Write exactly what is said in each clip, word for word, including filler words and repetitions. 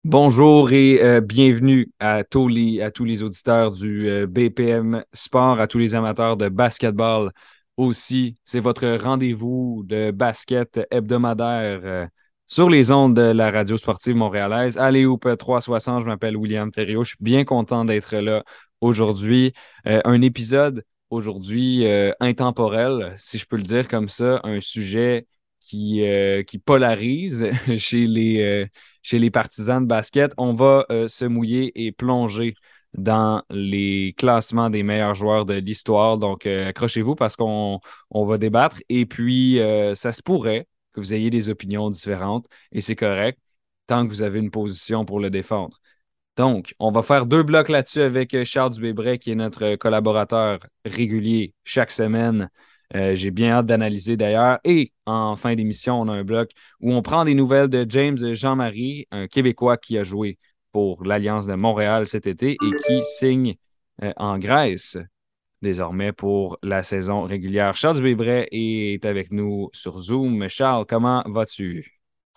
Bonjour et euh, bienvenue à tous les, à tous les auditeurs du euh, B P M Sport, à tous les amateurs de basketball aussi. C'est votre rendez-vous de basket hebdomadaire euh, sur les ondes de la radio sportive montréalaise. Allez Hoop trois cent soixante, je m'appelle William Thériault. Je suis bien content d'être là aujourd'hui. Euh, un épisode aujourd'hui euh, intemporel, si je peux le dire comme ça, un sujet qui, euh, qui polarise chez les, euh, chez les partisans de basket. On va euh, se mouiller et plonger dans les classements des meilleurs joueurs de l'histoire. Donc, euh, accrochez-vous parce qu'on on va débattre. Et puis, euh, ça se pourrait que vous ayez des opinions différentes et c'est correct tant que vous avez une position pour le défendre. Donc, on va faire deux blocs là-dessus avec euh, Charles Dubébret, qui est notre collaborateur régulier chaque semaine. Euh, j'ai bien hâte d'analyser d'ailleurs. Et en fin d'émission, on a un bloc où on prend des nouvelles de James Jean-Marie, un Québécois qui a joué pour l'Alliance de Montréal cet été et qui signe euh, en Grèce désormais pour la saison régulière. Charles Dubébret est avec nous sur Zoom. Charles, comment vas-tu?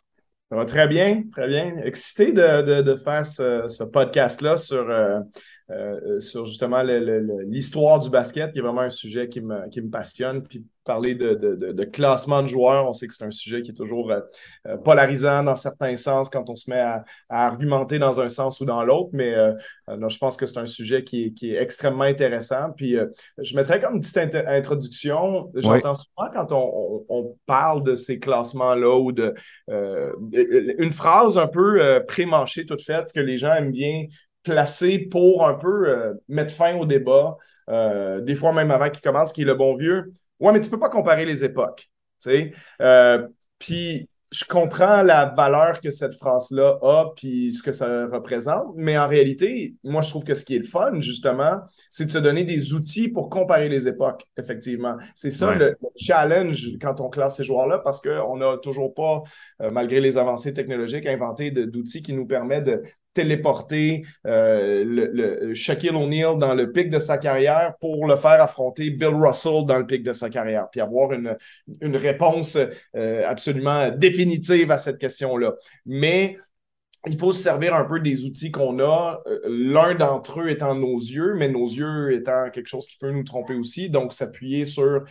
Ça va très bien, très bien. Excité de, de, de faire ce, ce podcast-là sur, euh, euh, sur justement le- le- le- l'histoire du basket, qui est vraiment un sujet qui me, qui me passionne. Puis parler de, de, de- de classement de joueurs, on sait que c'est un sujet qui est toujours euh, euh, polarisant dans certains sens quand on se met à, à argumenter dans un sens ou dans l'autre. Mais euh, euh, non, je pense que c'est un sujet qui est, qui est extrêmement intéressant. Puis euh, je mettrais comme une petite int- introduction. Oui. J'entends souvent quand on, on, on parle de ces classements-là ou de euh, une phrase un peu euh, pré-mâchée, toute faite, que les gens aiment bien placer pour un peu euh, mettre fin au débat, euh, des fois même avant qu'il commence, qui est le bon vieux. Ouais, mais tu peux pas comparer les époques. Tu sais? Euh, puis je comprends la valeur que cette phrase-là a, puis ce que ça représente, mais en réalité, moi, je trouve que ce qui est le fun, justement, c'est de se donner des outils pour comparer les époques, effectivement. C'est ça Ouais. le, le challenge quand on classe ces joueurs-là, parce qu'on n'a toujours pas, euh, malgré les avancées technologiques, inventé de- d'outils qui nous permettent de téléporter euh, le, le Shaquille O'Neal dans le pic de sa carrière pour le faire affronter Bill Russell dans le pic de sa carrière, puis avoir une, une réponse euh, absolument définitive à cette question-là. Mais il faut se servir un peu des outils qu'on a, euh, l'un d'entre eux étant nos yeux, mais nos yeux étant quelque chose qui peut nous tromper aussi. Donc, s'appuyer sur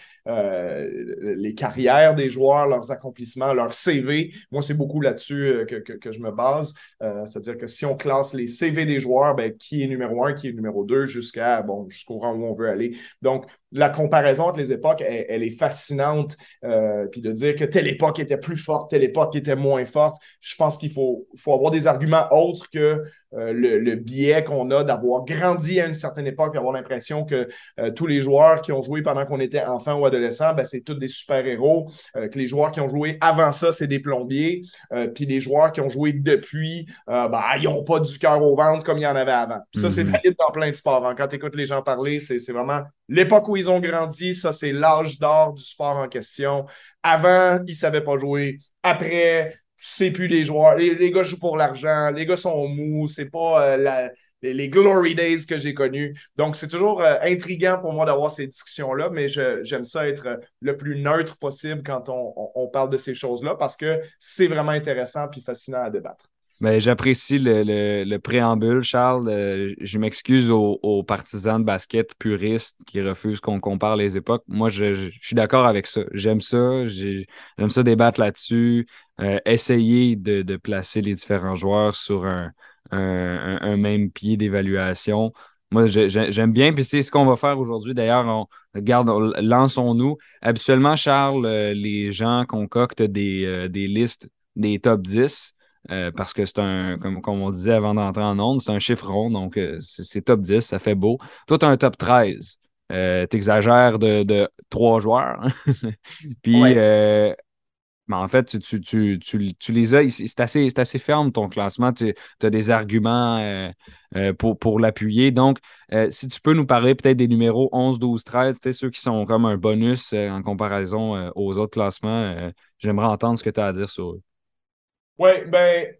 euh, les carrières des joueurs, leurs accomplissements, leur C V. Moi, c'est beaucoup là-dessus euh, que, que, que, je me base. Euh, c'est-à-dire que si on classe les C V des joueurs, ben, qui est numéro un, qui est numéro deux, jusqu'à, bon, jusqu'au rang où on veut aller. Donc, la comparaison entre les époques, elle, elle est fascinante. Euh, puis de dire que telle époque était plus forte, telle époque était moins forte, je pense qu'il faut, faut avoir des arguments autres que euh, le, le biais qu'on a d'avoir grandi à une certaine époque et avoir l'impression que euh, tous les joueurs qui ont joué pendant qu'on était enfant ou adolescent, ben, c'est tous des super-héros, euh, que les joueurs qui ont joué avant ça, c'est des plombiers, euh, puis les joueurs qui ont joué depuis, euh, ben, ils n'ont pas du cœur au ventre comme il y en avait avant. Puis ça, c'est Mhm. valide dans plein de sports. Hein. Quand tu écoutes les gens parler, c'est, c'est vraiment l'époque où ils ont grandi, ça, c'est l'âge d'or du sport en question. Avant, ils ne savaient pas jouer. Après, c'est plus les joueurs. Les, les, gars jouent pour l'argent. Les gars sont mous. C'est pas euh, la, les, les, glory days que j'ai connus. Donc, c'est toujours euh, intriguant pour moi d'avoir ces discussions-là, mais je, j'aime ça être euh, le plus neutre possible quand on, on, on parle de ces choses-là parce que c'est vraiment intéressant et fascinant à débattre. Ben, j'apprécie le, le- le préambule, Charles. Euh, je m'excuse aux, aux partisans de basket puristes qui refusent qu'on compare les époques. Moi, je, je- je suis d'accord avec ça. J'aime ça. J'ai- J'aime ça débattre là-dessus. Euh, essayer de, de placer les différents joueurs sur un, un- un- un même pied d'évaluation. Moi, je- je- j'aime bien. Puis c'est ce qu'on va faire aujourd'hui. D'ailleurs, on, regarde, on- lançons-nous. Habituellement, Charles, euh, les gens concoctent des, euh, des listes des top dix. Euh, parce que c'est un, comme, comme on disait avant d'entrer en onde, c'est un chiffre rond, donc euh, c'est c'est top dix, ça fait beau. Toi, tu as un top treize. Euh, t'exagères de, de trois joueurs. Puis, Ouais. euh, mais en fait, tu, tu, tu, tu, tu les as. C'est assez, c'est assez ferme ton classement. Tu as des arguments euh, euh, pour, pour l'appuyer. Donc, euh, si tu peux nous parler peut-être des numéros onze, douze, treize, tu sais, ceux qui sont comme un bonus euh, en comparaison euh, aux autres classements, euh, j'aimerais entendre ce que tu as à dire sur eux. Oui, ben,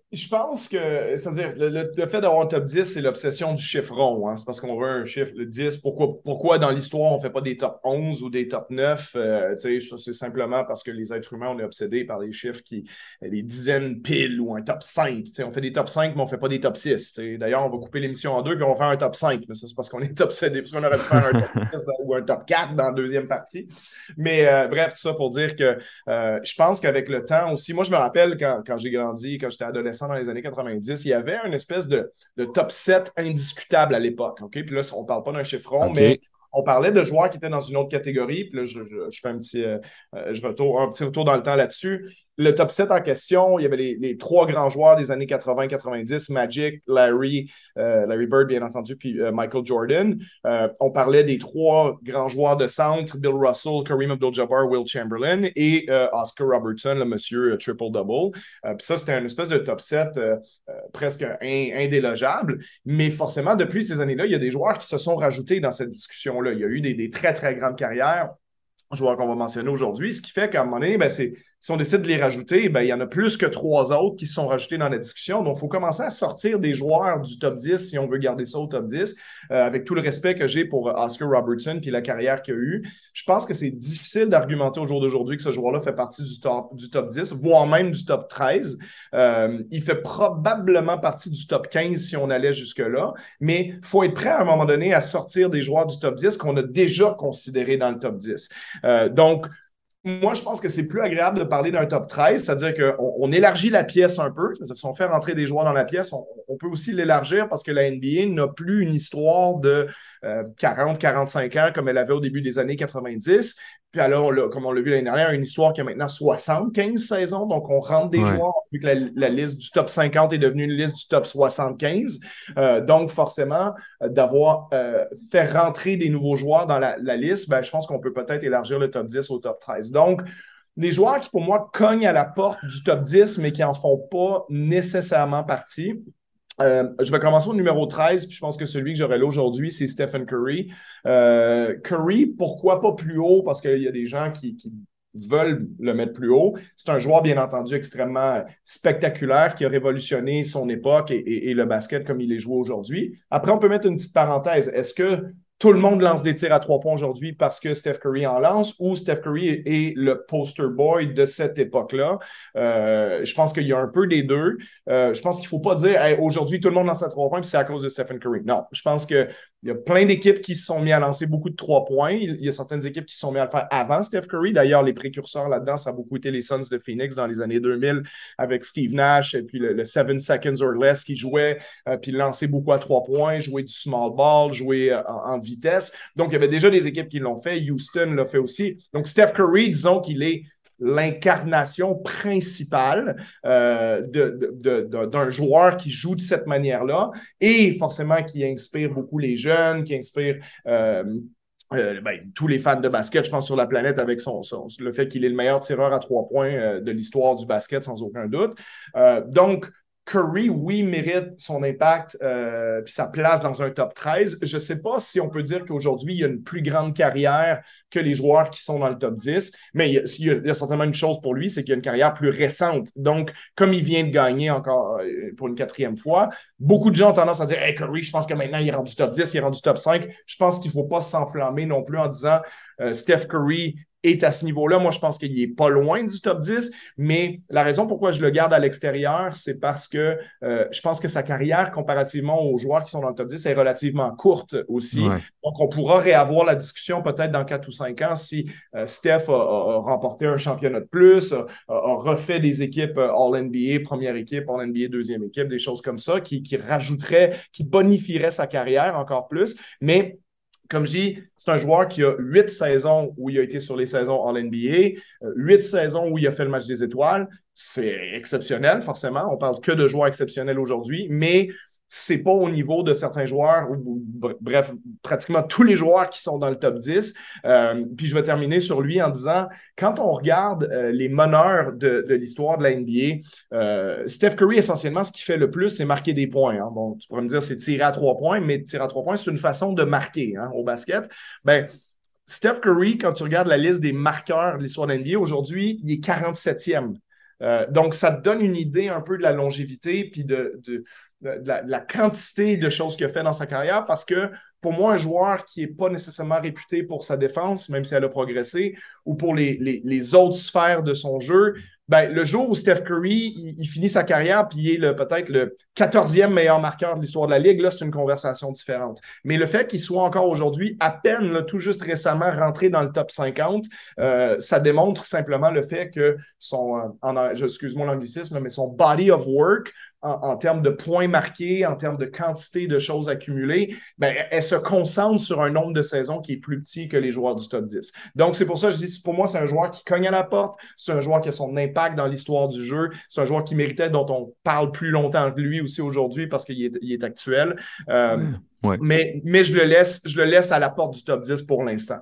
Je pense que, c'est-à-dire, le, le- le fait d'avoir un top dix, c'est l'obsession du chiffre rond, hein. C'est parce qu'on veut un chiffre, le dix. Pourquoi, pourquoi dans l'histoire, on ne fait pas des top onze ou des top neuf? Euh, tu sais, c'est simplement parce que les êtres humains, on est obsédés par les chiffres qui, des dizaines pile ou un top cinq. Tu sais, on fait des top cinq, mais on ne fait pas des top six. Tu sais. D'ailleurs, on va couper l'émission en deux puis on va faire un top cinq. Mais ça, c'est parce qu'on est obsédé, parce qu'on aurait pu faire un top six dans- ou un top quatre dans la deuxième partie. Mais euh, bref, tout ça pour dire que euh, je pense qu'avec le temps aussi, moi, je me rappelle quand, quand j'ai grandi, quand j'étais adolescent dans les années quatre-vingt-dix, il y avait une espèce de, de top sept indiscutable à l'époque. OK? Puis là, on ne parle pas d'un chiffron, mais OK. on parlait de joueurs qui étaient dans une autre catégorie. Puis là, je, je, je fais un petit, euh, euh, je retour, un petit retour dans le temps là-dessus. Le top sept en question, il y avait les, les trois grands joueurs des années quatre-vingts quatre-vingt-dix, Magic, Larry, euh, Larry Bird, bien entendu, puis euh, Michael Jordan. Euh, on parlait des trois grands joueurs de centre, Bill Russell, Kareem Abdul-Jabbar, Will Chamberlain et euh, Oscar Robertson, le monsieur euh, triple-double. Euh, puis ça, c'était une espèce de top sept euh, euh, presque in, indélogeable. Mais forcément, depuis ces années-là, il y a des joueurs qui se sont rajoutés dans cette discussion-là. Il y a eu des, des très, très grandes carrières joueurs qu'on va mentionner aujourd'hui, ce qui fait qu'à un moment donné, ben, c'est, si on décide de les rajouter, ben, il y en a plus que trois autres qui se sont rajoutés dans la discussion. Donc, il faut commencer à sortir des joueurs du top dix si on veut garder ça au top dix. Euh, avec tout le respect que j'ai pour Oscar Robertson et la carrière qu'il a eue, je pense que c'est difficile d'argumenter au jour d'aujourd'hui que ce joueur-là fait partie du top, du top dix, voire même du top treize. Euh, il fait probablement partie du top quinze si on allait jusque-là, mais il faut être prêt à un moment donné à sortir des joueurs du top dix qu'on a déjà considérés dans le top dix. Euh, donc, moi, je pense que c'est plus agréable de parler d'un top treize, c'est-à-dire qu'on on élargit la pièce un peu. C'est-à-dire si on fait rentrer des joueurs dans la pièce, on, on peut aussi l'élargir parce que la N B A n'a plus une histoire de euh, quarante à quarante-cinq ans comme elle avait au début des années quatre-vingt-dix. Puis alors, on comme on l'a vu l'année dernière, une histoire qui a maintenant soixante-quinze saisons. Donc, on rentre des Ouais. joueurs, vu que la, la liste du top cinquante est devenue une liste du top soixante-quinze. Euh, donc, forcément, euh, d'avoir euh, fait rentrer des nouveaux joueurs dans la, la liste, ben, je pense qu'on peut peut-être élargir le top dix au top treize. Donc, des joueurs qui, pour moi, cognent à la porte du top dix, mais qui n'en font pas nécessairement partie. Euh, je vais commencer au numéro treize, puis je pense que celui que j'aurai là aujourd'hui, c'est Stephen Curry. Euh, Curry, pourquoi pas plus haut? Parce qu'il y a des gens qui, qui veulent le mettre plus haut. C'est un joueur, bien entendu, extrêmement spectaculaire qui a révolutionné son époque et, et, et le basket comme il est joué aujourd'hui. Après, on peut mettre une petite parenthèse. Est-ce que tout le monde lance des tirs à trois points aujourd'hui parce que Steph Curry en lance ou Steph Curry est, est le poster boy de cette époque-là? Euh, je pense qu'il y a un peu des deux. Euh, je pense qu'il ne faut pas dire hey, aujourd'hui, tout le monde lance à trois points puis c'est à cause de Stephen Curry. Non, je pense qu'il y a plein d'équipes qui se sont mis à lancer beaucoup de trois points. Il y a certaines équipes qui se sont mis à le faire avant Steph Curry. D'ailleurs, les précurseurs là-dedans, ça a beaucoup été les Suns de Phoenix dans les années deux mille avec Steve Nash et puis le, le seven seconds or less qui jouait, euh, puis lançait beaucoup à trois points, jouer du small ball, jouer euh, en, en vitesse. Donc, il y avait déjà des équipes qui l'ont fait. Houston l'a fait aussi. Donc, Steph Curry, disons qu'il est l'incarnation principale euh, de, de, de, d'un joueur qui joue de cette manière-là et forcément qui inspire beaucoup les jeunes, qui inspire euh, euh, ben, tous les fans de basket, je pense, sur la planète avec son, son, le fait qu'il est le meilleur tireur à trois points euh, de l'histoire du basket, sans aucun doute. Euh, donc, Curry, oui, mérite son impact euh, puis sa place dans un top treize. Je ne sais pas si on peut dire qu'aujourd'hui, il y a une plus grande carrière que les joueurs qui sont dans le top dix, mais il y a, il y a, il y a certainement une chose pour lui, c'est qu'il y a une carrière plus récente. Donc, comme il vient de gagner encore euh, pour une quatrième fois, beaucoup de gens ont tendance à dire hey, Curry, je pense que maintenant, il est rendu top dix, il est rendu top cinq. Je pense qu'il ne faut pas s'enflammer non plus en disant euh, Steph Curry est à ce niveau-là. Moi, je pense qu'il n'est pas loin du top dix, mais la raison pourquoi je le garde à l'extérieur, c'est parce que euh, je pense que sa carrière, comparativement aux joueurs qui sont dans le top dix, est relativement courte aussi. Ouais. Donc, on pourra réavoir la discussion peut-être dans quatre ou cinq ans si euh, Steph a, a, a remporté un championnat de plus, a, a refait des équipes All-N B A, première équipe, All-N B A, deuxième équipe, des choses comme ça, qui, qui rajouteraient, qui bonifieraient sa carrière encore plus. Mais comme je dis, c'est un joueur qui a huit saisons où il a été sur les saisons All-N B A, huit saisons où il a fait le match des étoiles. C'est exceptionnel, forcément. On parle que de joueurs exceptionnels aujourd'hui, mais c'est pas au niveau de certains joueurs, ou, bref, pratiquement tous les joueurs qui sont dans le top dix. Euh, puis je vais terminer sur lui en disant, quand on regarde euh, les meneurs de, de l'histoire de la N B A, euh, Steph Curry, essentiellement, ce qu'il fait le plus, c'est marquer des points. Hein. Bon, tu pourrais me dire c'est tirer à trois points, mais tirer à trois points, c'est une façon de marquer hein, au basket. Ben, Steph Curry, quand tu regardes la liste des marqueurs de l'histoire de la N B A, aujourd'hui, il est quarante-septième. Euh, donc, ça te donne une idée un peu de la longévité puis de, de, de, la, de la quantité de choses qu'il a fait dans sa carrière parce que pour moi, un joueur qui n'est pas nécessairement réputé pour sa défense, même si elle a progressé, ou pour les, les, les autres sphères de son jeu, ben, le jour où Steph Curry il, il finit sa carrière puis il est le, peut-être le quatorzième meilleur marqueur de l'histoire de la Ligue, là, c'est une conversation différente. Mais le fait qu'il soit encore aujourd'hui, à peine là, tout juste récemment rentré dans le top cinquante, euh, ça démontre simplement le fait que son, euh, en, excuse-moi l'anglicisme, mais son body of work, en, en termes de points marqués, en termes de quantité de choses accumulées, ben, elle se concentre sur un nombre de saisons qui est plus petit que les joueurs du top dix. Donc, c'est pour ça que je dis, pour moi, c'est un joueur qui cogne à la porte, c'est un joueur qui a son impact dans l'histoire du jeu, c'est un joueur qui méritait, dont on parle plus longtemps de lui aussi aujourd'hui parce qu'il est, il est actuel. Euh, Ouais. Ouais. Mais, mais je, le laisse, je le laisse à la porte du top dix pour l'instant.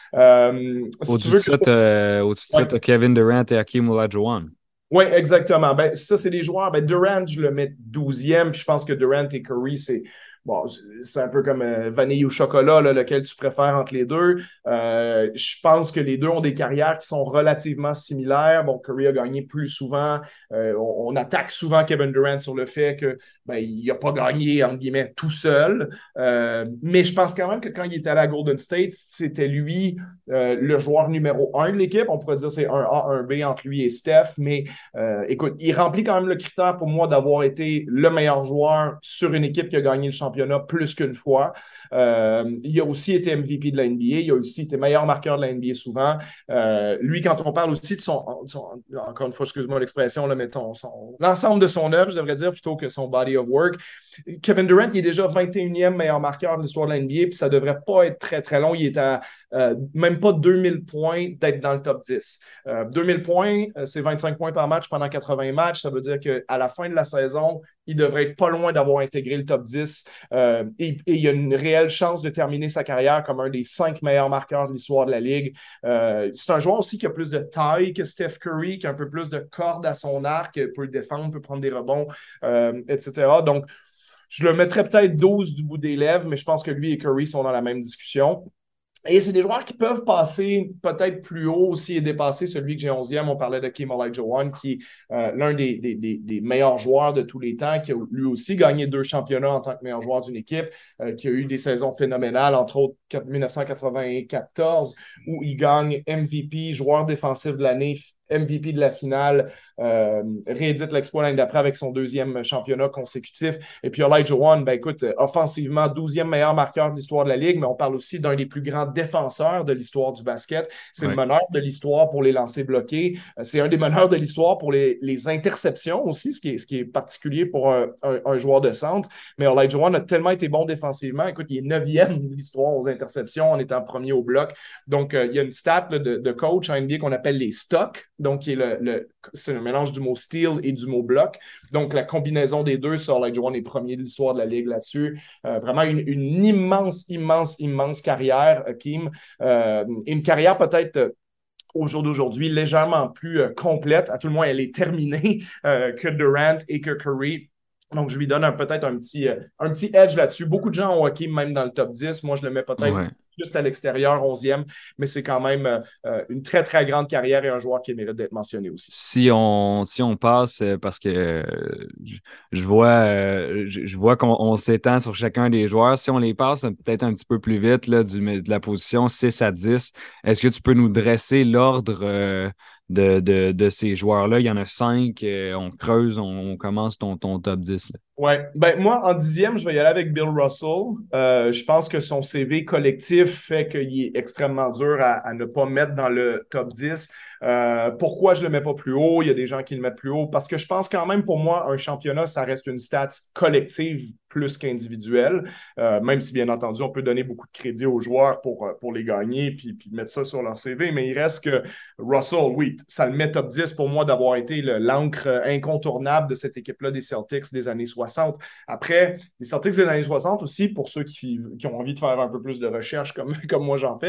Euh, si Au-dessus tu de veux que ça, je... t'as, au-dessus de ça, Ouais. t'as Kevin Durant et Hakeem Olajuwon. Oui, exactement. Ben, ça, c'est des joueurs. Ben, Durant, je le mets douzième. Puis je pense que Durant et Curry, c'est bon, c'est un peu comme euh, vanille ou chocolat, là, lequel tu préfères entre les deux. Euh, je pense que les deux ont des carrières qui sont relativement similaires. Bon, Curry a gagné plus souvent. Euh, on, on attaque souvent Kevin Durant sur le fait que ben, il n'a pas gagné, entre guillemets, tout seul. Euh, mais je pense quand même que quand il était à la Golden State, c'était lui euh, le joueur numéro un de l'équipe. On pourrait dire que c'est un A, un B entre lui et Steph, mais euh, écoute, il remplit quand même le critère pour moi d'avoir été le meilleur joueur sur une équipe qui a gagné le championnat plus qu'une fois. Euh, il a aussi été M V P de la N B A. Il a aussi été meilleur marqueur de la N B A souvent. Euh, lui, quand on parle aussi de son, son encore une fois, excuse-moi l'expression, là, mais ton, son, l'ensemble de son œuvre, je devrais dire, plutôt que son body of work. Kevin Durant, il est déjà vingt et unième meilleur marqueur de l'histoire de la N B A, puis ça ne devrait pas être très, très long. Il est à euh, même pas deux mille points d'être dans le top dix. Euh, deux mille points, euh, c'est vingt-cinq points par match pendant quatre-vingts matchs. Ça veut dire qu'à la fin de la saison, il devrait être pas loin d'avoir intégré le top dix. Euh, et, et il a une réelle chance de terminer sa carrière comme un des cinq meilleurs marqueurs de l'histoire de la Ligue. Euh, c'est un joueur aussi qui a plus de taille que Steph Curry, qui a un peu plus de corde à son arc, peut défendre, peut prendre des rebonds, euh, et cetera. Donc, je le mettrais peut-être douze du bout des lèvres, mais je pense que lui et Curry sont dans la même discussion. Et c'est des joueurs qui peuvent passer peut-être plus haut aussi et dépasser celui que j'ai onzième. On parlait de Hakeem Olajuwon, qui est euh, l'un des, des, des, des meilleurs joueurs de tous les temps, qui a lui aussi gagné deux championnats en tant que meilleur joueur d'une équipe, euh, qui a eu des saisons phénoménales, entre autres dix-neuf cent quatre-vingt-quatorze, où il gagne M V P, joueur défensif de l'année, M V P de la finale, euh, réédite l'exploit l'année d'après avec son deuxième championnat consécutif. Et puis Olajuwon, ben écoute, offensivement, douzième meilleur marqueur de l'histoire de la Ligue, mais on parle aussi d'un des plus grands défenseurs de l'histoire du basket. C'est ouais. le meneur de l'histoire pour les lancers bloqués. C'est un des meneurs de l'histoire pour les, les interceptions aussi, ce qui est, ce qui est particulier pour un, un, un joueur de centre. Mais Olajuwon a tellement été bon défensivement. Écoute, il est neuvième de l'histoire aux interceptions en étant premier au bloc. Donc, euh, il y a une stat là, de, de coach en N B A qu'on appelle les stocks. Donc, qui est le, le, c'est un mélange du mot steal et du mot bloc. Donc, la combinaison des deux, ça, Olajuwon est premier de l'histoire de la Ligue là-dessus. Euh, vraiment une, une immense, immense, immense carrière, Hakeem. Euh, une carrière peut-être... Euh, au jour d'aujourd'hui, légèrement plus euh, complète. À tout le moins, elle est terminée euh, que Durant et que Curry. Donc, je lui donne un, peut-être un petit, euh, un petit edge là-dessus. Beaucoup de gens ont Hakeem même dans le top dix. Moi, je le mets peut-être ouais. juste à l'extérieur, onzième, mais c'est quand même euh, une très, très grande carrière et un joueur qui mérite d'être mentionné aussi. Si on, si on passe, parce que euh, je, je vois, euh, je, je vois qu'on s'étend sur chacun des joueurs, si on les passe peut-être un petit peu plus vite là, du, de la position six à dix, est-ce que tu peux nous dresser l'ordre euh, de, de, de ces joueurs-là? Il y en a cinq, euh, on creuse, on, on commence ton, ton top dix. Là. Oui. Ben, moi, en dixième, je vais y aller avec Bill Russell. Euh, je pense que son C V collectif fait qu'il est extrêmement dur à, à ne pas mettre dans le top dix. Euh, pourquoi je ne le mets pas plus haut? Il y a des gens qui le mettent plus haut. Parce que je pense quand même, pour moi, un championnat, ça reste une stat collective plus qu'individuelle. Euh, même si, bien entendu, on peut donner beaucoup de crédit aux joueurs pour, pour les gagner puis, puis mettre ça sur leur C V. Mais il reste que Russell, oui, ça le met top dix pour moi d'avoir été le, l'encre incontournable de cette équipe-là des Celtics des années soixante. Après, les Celtics des années soixante aussi, pour ceux qui, qui ont envie de faire un peu plus de recherche comme, comme moi j'en fais,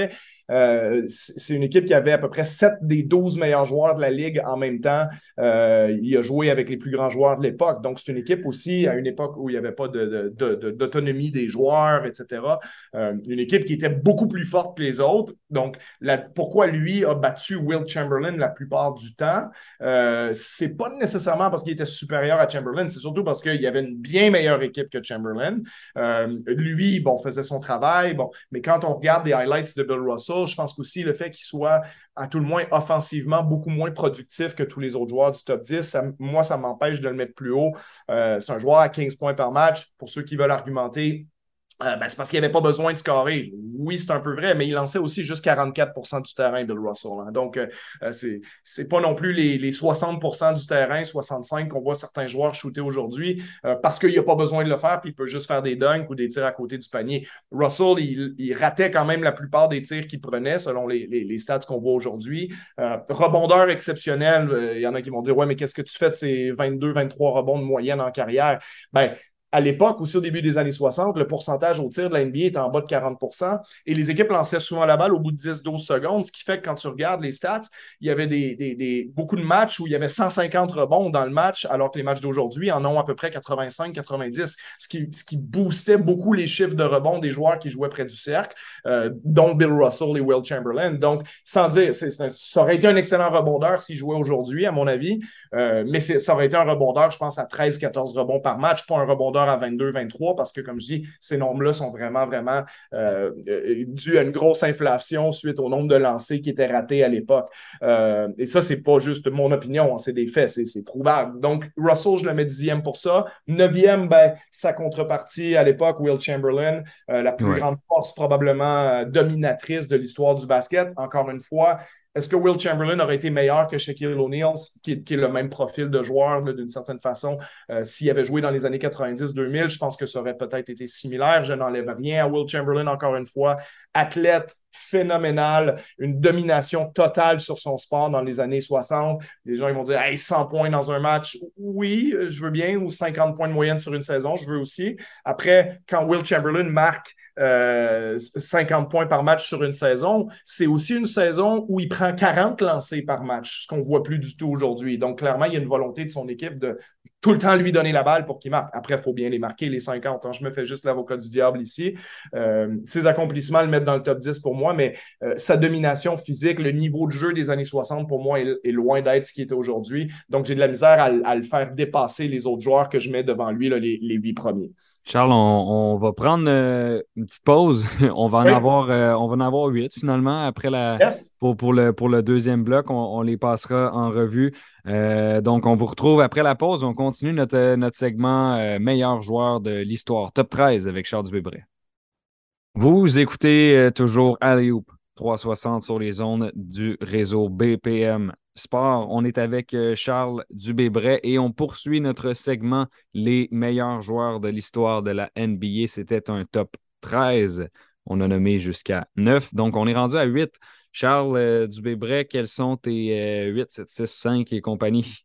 Euh, c'est une équipe qui avait à peu près sept des douze meilleurs joueurs de la Ligue en même temps. Euh, il a joué avec les plus grands joueurs de l'époque. Donc, c'est une équipe aussi, à une époque où il n'y avait pas de, de, de, d'autonomie des joueurs, et cetera. Euh, une équipe qui était beaucoup plus forte que les autres. Donc, la, pourquoi lui a battu Wilt Chamberlain la plupart du temps? Euh, c'est pas nécessairement parce qu'il était supérieur à Chamberlain, c'est surtout parce qu'il y avait une bien meilleure équipe que Chamberlain. Euh, lui, bon, faisait son travail, bon, mais quand on regarde des highlights de Bill Russell, je pense qu'aussi le fait qu'il soit, à tout le moins, offensivement, beaucoup moins productif que tous les autres joueurs du top dix, ça, moi, ça m'empêche de le mettre plus haut. Euh, c'est un joueur à quinze points par match. Pour ceux qui veulent argumenter, Euh, ben, c'est parce qu'il n'y avait pas besoin de scorer. Oui, c'est un peu vrai, mais il lançait aussi juste quarante-quatre pour cent du terrain, Bill Russell. Hein. Donc, euh, c'est, c'est pas non plus les, les soixante pour cent du terrain, soixante-cinq qu'on voit certains joueurs shooter aujourd'hui, euh, parce qu'il n'y a pas besoin de le faire, puis il peut juste faire des dunks ou des tirs à côté du panier. Russell, il, il ratait quand même la plupart des tirs qu'il prenait, selon les, les, les stats qu'on voit aujourd'hui. Euh, rebondeur exceptionnel, il euh, y en a qui vont dire « Ouais, mais qu'est-ce que tu fais de ces vingt-deux vingt-trois rebonds de moyenne en carrière? » Ben, à l'époque, aussi au début des années soixante, le pourcentage au tir de la N B A était en bas de quarante pour cent et les équipes lançaient souvent la balle au bout de dix douze secondes, ce qui fait que quand tu regardes les stats, il y avait des, des, des, beaucoup de matchs où il y avait cent cinquante rebonds dans le match, alors que les matchs d'aujourd'hui en ont à peu près quatre-vingt-cinq quatre-vingt-dix, ce qui, ce qui boostait beaucoup les chiffres de rebonds des joueurs qui jouaient près du cercle, euh, dont Bill Russell et Wilt Chamberlain. Donc, sans dire, c'est, c'est un, ça aurait été un excellent rebondeur s'il jouait aujourd'hui, à mon avis, euh, mais c'est, ça aurait été un rebondeur, je pense, à treize quatorze rebonds par match, pas un rebondeur à vingt-deux vingt-trois parce que, comme je dis, ces nombres-là sont vraiment, vraiment euh, dus à une grosse inflation suite au nombre de lancers qui étaient ratés à l'époque. Euh, et ça, c'est pas juste mon opinion, hein, c'est des faits, c'est, c'est prouvable. Donc, Russell, je le mets dixième pour ça. Neuvième, ben, sa contrepartie à l'époque, Wilt Chamberlain, euh, la plus Ouais. grande force probablement euh, dominatrice de l'histoire du basket. Encore une fois, est-ce que Wilt Chamberlain aurait été meilleur que Shaquille O'Neal, qui, qui est le même profil de joueur là, d'une certaine façon? Euh, s'il avait joué dans les années quatre-vingt-dix deux mille, je pense que ça aurait peut-être été similaire. Je n'enlève rien à Wilt Chamberlain, encore une fois. Athlète phénoménal, une domination totale sur son sport dans les années soixante. Les gens ils vont dire hey, cent points dans un match. Oui, je veux bien, ou cinquante points de moyenne sur une saison, je veux aussi. Après, quand Wilt Chamberlain marque Euh, cinquante points par match sur une saison, c'est aussi une saison où il prend quarante lancés par match, ce qu'on ne voit plus du tout aujourd'hui. Donc, clairement, il y a une volonté de son équipe de tout le temps lui donner la balle pour qu'il marque. Après, il faut bien les marquer, les cinquante. Hein. Je me fais juste l'avocat du diable ici. Euh, ses accomplissements le mettent dans le top dix pour moi, mais euh, sa domination physique, le niveau de jeu des années soixante, pour moi, est, est loin d'être ce qui est aujourd'hui. Donc, j'ai de la misère à, à, le faire dépasser les autres joueurs que je mets devant lui, là, les, les huit premiers. Charles, on, on va prendre euh, une petite pause. On va en Oui. avoir, euh, on va en avoir huit finalement après la Yes. pour, pour le pour le deuxième bloc. On, on les passera en revue. Euh, donc, on vous retrouve après la pause. On continue notre, notre segment euh, meilleur joueur de l'histoire, top treize avec Charles Dubébret. Vous écoutez euh, toujours Alley-Oop trois cent soixante sur les ondes du réseau B P M Sport. On est avec euh, Charles Dubébret et on poursuit notre segment Les meilleurs joueurs de l'histoire de la N B A. C'était un top treize. On a nommé jusqu'à neuf. Donc, on est rendu à huit. Charles euh, Dubébret, quels sont tes euh, huit, sept, six, cinq et compagnie?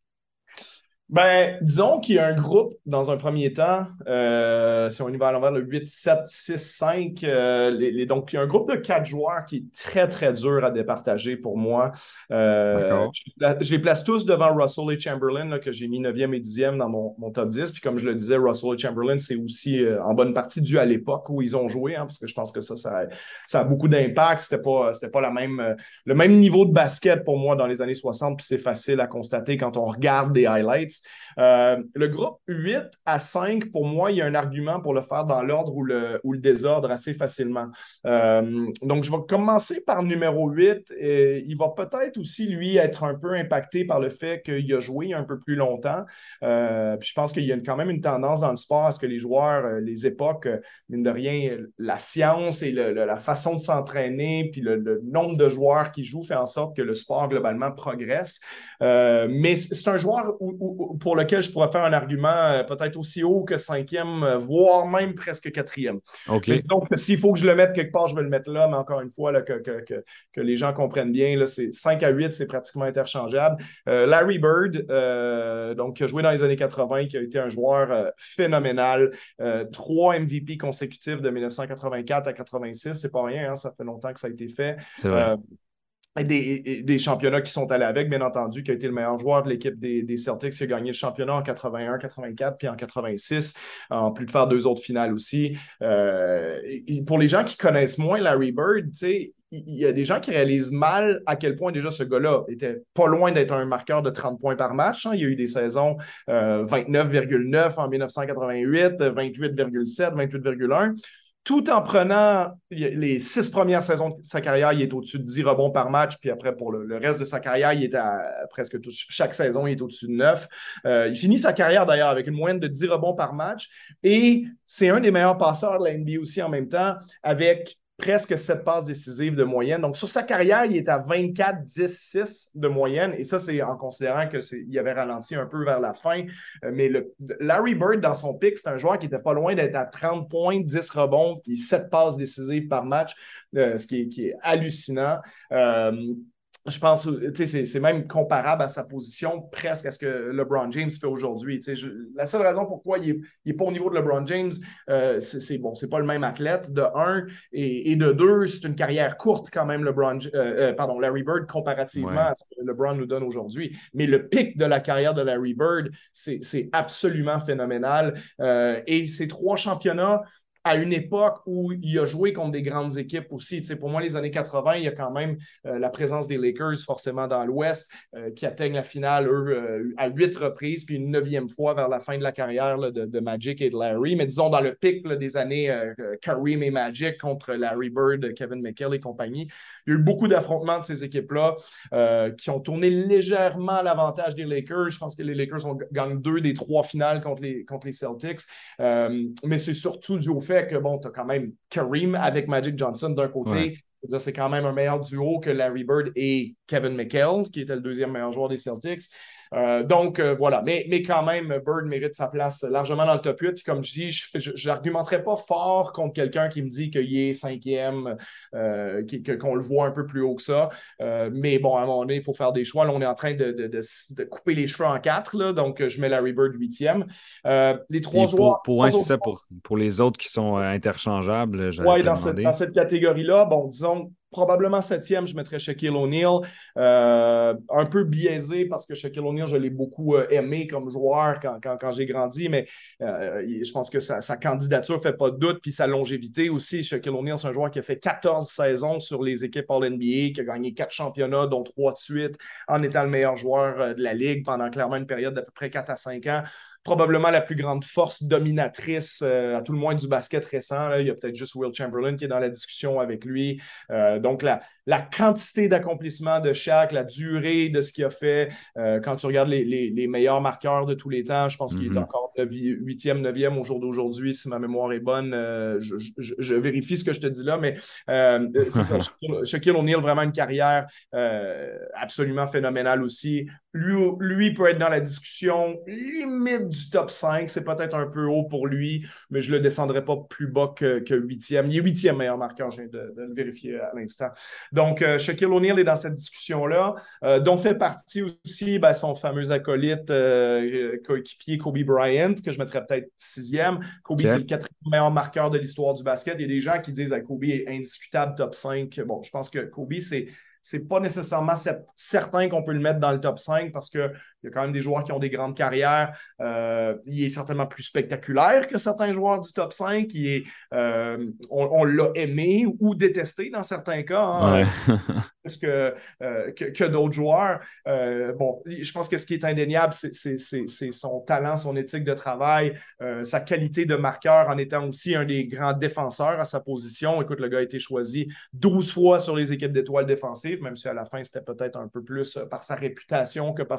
Ben, disons qu'il y a un groupe dans un premier temps, euh, si on y va à l'envers, le huit, sept, six, cinq, euh, les, les- donc il y a un groupe de quatre joueurs qui est très, très dur à départager pour moi. Euh, D'accord. je, je les place tous devant Russell et Chamberlain, là, que j'ai mis neuvième et dixième dans mon, mon top dix. Puis comme je le disais, Russell et Chamberlain, c'est aussi euh, en bonne partie dû à l'époque où ils ont joué, hein, parce que je pense que ça, ça, ça a beaucoup d'impact. C'était pas, c'était pas la même, euh, le même niveau de basket pour moi dans les années soixante, puis c'est facile à constater quand on regarde des highlights. Euh, le groupe huit à cinq, pour moi, il y a un argument pour le faire dans l'ordre ou le, ou le désordre assez facilement. Euh, donc, je vais commencer par numéro huit. Et il va peut-être aussi, lui, être un peu impacté par le fait qu'il a joué un peu plus longtemps. Euh, puis je pense qu'il y a quand même une tendance dans le sport à ce que les joueurs, les époques, mine de rien, la science et le, le, la façon de s'entraîner, puis le, le nombre de joueurs qui jouent fait en sorte que le sport, globalement, progresse. Euh, mais c'est un joueur où, où, pour, pour lequel je pourrais faire un argument euh, peut-être aussi haut que cinquième, euh, voire même presque quatrième. OK. Mais disons que s'il faut que je le mette quelque part, je vais le mettre là, mais encore une fois, là, que, que, que, que les gens comprennent bien, là, c'est cinq à huit, c'est pratiquement interchangeable. Euh, Larry Bird, euh, donc, qui a joué dans les années quatre-vingt, qui a été un joueur euh, phénoménal. Euh, trois M V P consécutifs de mille neuf cent quatre-vingt-quatre à quatre-vingt-six, c'est pas rien, hein, ça fait longtemps que ça a été fait. C'est vrai. Euh, et des, et des championnats qui sont allés avec, bien entendu, qui a été le meilleur joueur de l'équipe des, des Celtics, qui a gagné le championnat en quatre-vingt-un, quatre-vingt-quatre, puis en quatre-vingt-six, en plus de faire deux autres finales aussi. Euh, et pour les gens qui connaissent moins Larry Bird, tu sais, il y a des gens qui réalisent mal à quel point déjà ce gars-là était pas loin d'être un marqueur de trente points par match. Hein. Il y a eu des saisons euh, vingt-neuf virgule neuf en mille neuf cent quatre-vingt-huit, vingt-huit virgule sept, vingt-huit virgule un. Tout en prenant les six premières saisons de sa carrière, il est au-dessus de dix rebonds par match. Puis après, pour le, le reste de sa carrière, il est à presque tout, chaque saison, il est au-dessus de neuf. Euh, il finit sa carrière d'ailleurs avec une moyenne de dix rebonds par match. Et c'est un des meilleurs passeurs de la N B A aussi en même temps, avec presque sept passes décisives de moyenne. Donc, sur sa carrière, il est à vingt-quatre, dix, six de moyenne. Et ça, c'est en considérant qu'il avait ralenti un peu vers la fin. Euh, mais le, Larry Bird, dans son pic, c'est un joueur qui n'était pas loin d'être à trente points, dix rebonds, puis sept passes décisives par match, euh, ce qui est, qui est hallucinant. Euh, Je pense, tu sais, c'est, c'est même comparable à sa position presque à ce que LeBron James fait aujourd'hui. Tu sais, je, la seule raison pourquoi il n'est pas au niveau de LeBron James, euh, c'est, c'est bon, c'est pas le même athlète, de un, et, et de deux, c'est une carrière courte quand même, LeBron, euh, euh, pardon, Larry Bird, comparativement Ouais. à ce que LeBron nous donne aujourd'hui. Mais le pic de la carrière de Larry Bird, c'est, c'est absolument phénoménal. Euh, et ces trois championnats, à une époque où il a joué contre des grandes équipes aussi. Tu sais, pour moi, les années quatre-vingt, il y a quand même euh, la présence des Lakers, forcément dans l'Ouest, euh, qui atteignent la finale, eux, euh, à huit reprises, puis une neuvième fois vers la fin de la carrière là, de, de Magic et de Larry. Mais disons, dans le pic là, des années euh, Kareem et Magic contre Larry Bird, Kevin McHale et compagnie, il y a eu beaucoup d'affrontements de ces équipes-là euh, qui ont tourné légèrement à l'avantage des Lakers. Je pense que les Lakers ont gagné deux des trois finales contre les, contre les Celtics. Euh, mais c'est surtout dû au fait que, bon, tu as quand même Kareem avec Magic Johnson d'un côté. Ouais. C'est quand même un meilleur duo que Larry Bird et Kevin McHale, qui était le deuxième meilleur joueur des Celtics. Euh, donc, euh, voilà. Mais, mais quand même, Bird mérite sa place largement dans le top huit. Puis comme je dis, je n'argumenterai pas fort contre quelqu'un qui me dit qu'il est cinquième, euh, que, qu'on le voit un peu plus haut que ça. Euh, mais bon, à un moment donné, il faut faire des choix. Là, on est en train de, de, de, de couper les cheveux en quatre. Là, donc, je mets Larry Bird huitième. Euh, les trois Puis pour, joueurs... pour, ouais, c'est ça, pour, pour les autres qui sont euh, interchangeables, j'allais Oui, te dans demander. cette, dans cette catégorie-là, bon, disons, probablement septième, je mettrais Shaquille O'Neal. Euh, un peu biaisé parce que Shaquille O'Neal, je l'ai beaucoup euh, aimé comme joueur quand, quand, quand j'ai grandi, mais euh, je pense que sa, sa candidature ne fait pas de doute, puis sa longévité aussi. Shaquille O'Neal, c'est un joueur qui a fait quatorze saisons sur les équipes All-N B A, qui a gagné quatre championnats, dont trois de suite, en étant le meilleur joueur euh, de la Ligue pendant clairement une période d'à peu près quatre à cinq ans. Probablement la plus grande force dominatrice, euh, à tout le moins du basket récent. Là. Il y a peut-être juste Will Chamberlain qui est dans la discussion avec lui. Euh, donc, la, la quantité d'accomplissement de Shaq, la durée de ce qu'il a fait, euh, quand tu regardes les, les, les meilleurs marqueurs de tous les temps, je pense mm-hmm. qu'il est encore huitième, neuvième au jour d'aujourd'hui, si ma mémoire est bonne. Euh, je, je, je vérifie ce que je te dis là, mais euh, c'est ça. Shaquille, Shaquille O'Neal, vraiment une carrière euh, absolument phénoménale aussi. Lui, lui peut être dans la discussion limite du top cinq. C'est peut-être un peu haut pour lui, mais je ne le descendrai pas plus bas que, que huitième. Il est huitième meilleur marqueur, je viens de, de le vérifier à l'instant. Donc, euh, Shaquille O'Neal est dans cette discussion-là, euh, dont fait partie aussi ben, son fameux acolyte euh, coéquipier Kobe Bryant, que je mettrais peut-être sixième. Kobe, okay. C'est le quatrième meilleur marqueur de l'histoire du basket. Il y a des gens qui disent que Kobe est indiscutable top cinq. Bon, je pense que Kobe, c'est c'est pas nécessairement certain qu'on peut le mettre dans le top cinq parce qu'il y a quand même des joueurs qui ont des grandes carrières. Euh, il est certainement plus spectaculaire que certains joueurs du top cinq. Il est, euh, on, on l'a aimé ou détesté dans certains cas. Hein, ouais. plus que, euh, que, que d'autres joueurs. Euh, bon, je pense que ce qui est indéniable, c'est, c'est, c'est, c'est son talent, son éthique de travail, euh, sa qualité de marqueur en étant aussi un des grands défenseurs à sa position. Écoute, le gars a été choisi douze fois sur les équipes d'étoiles défensives, même si à la fin, c'était peut-être un peu plus par sa réputation que par ses performances.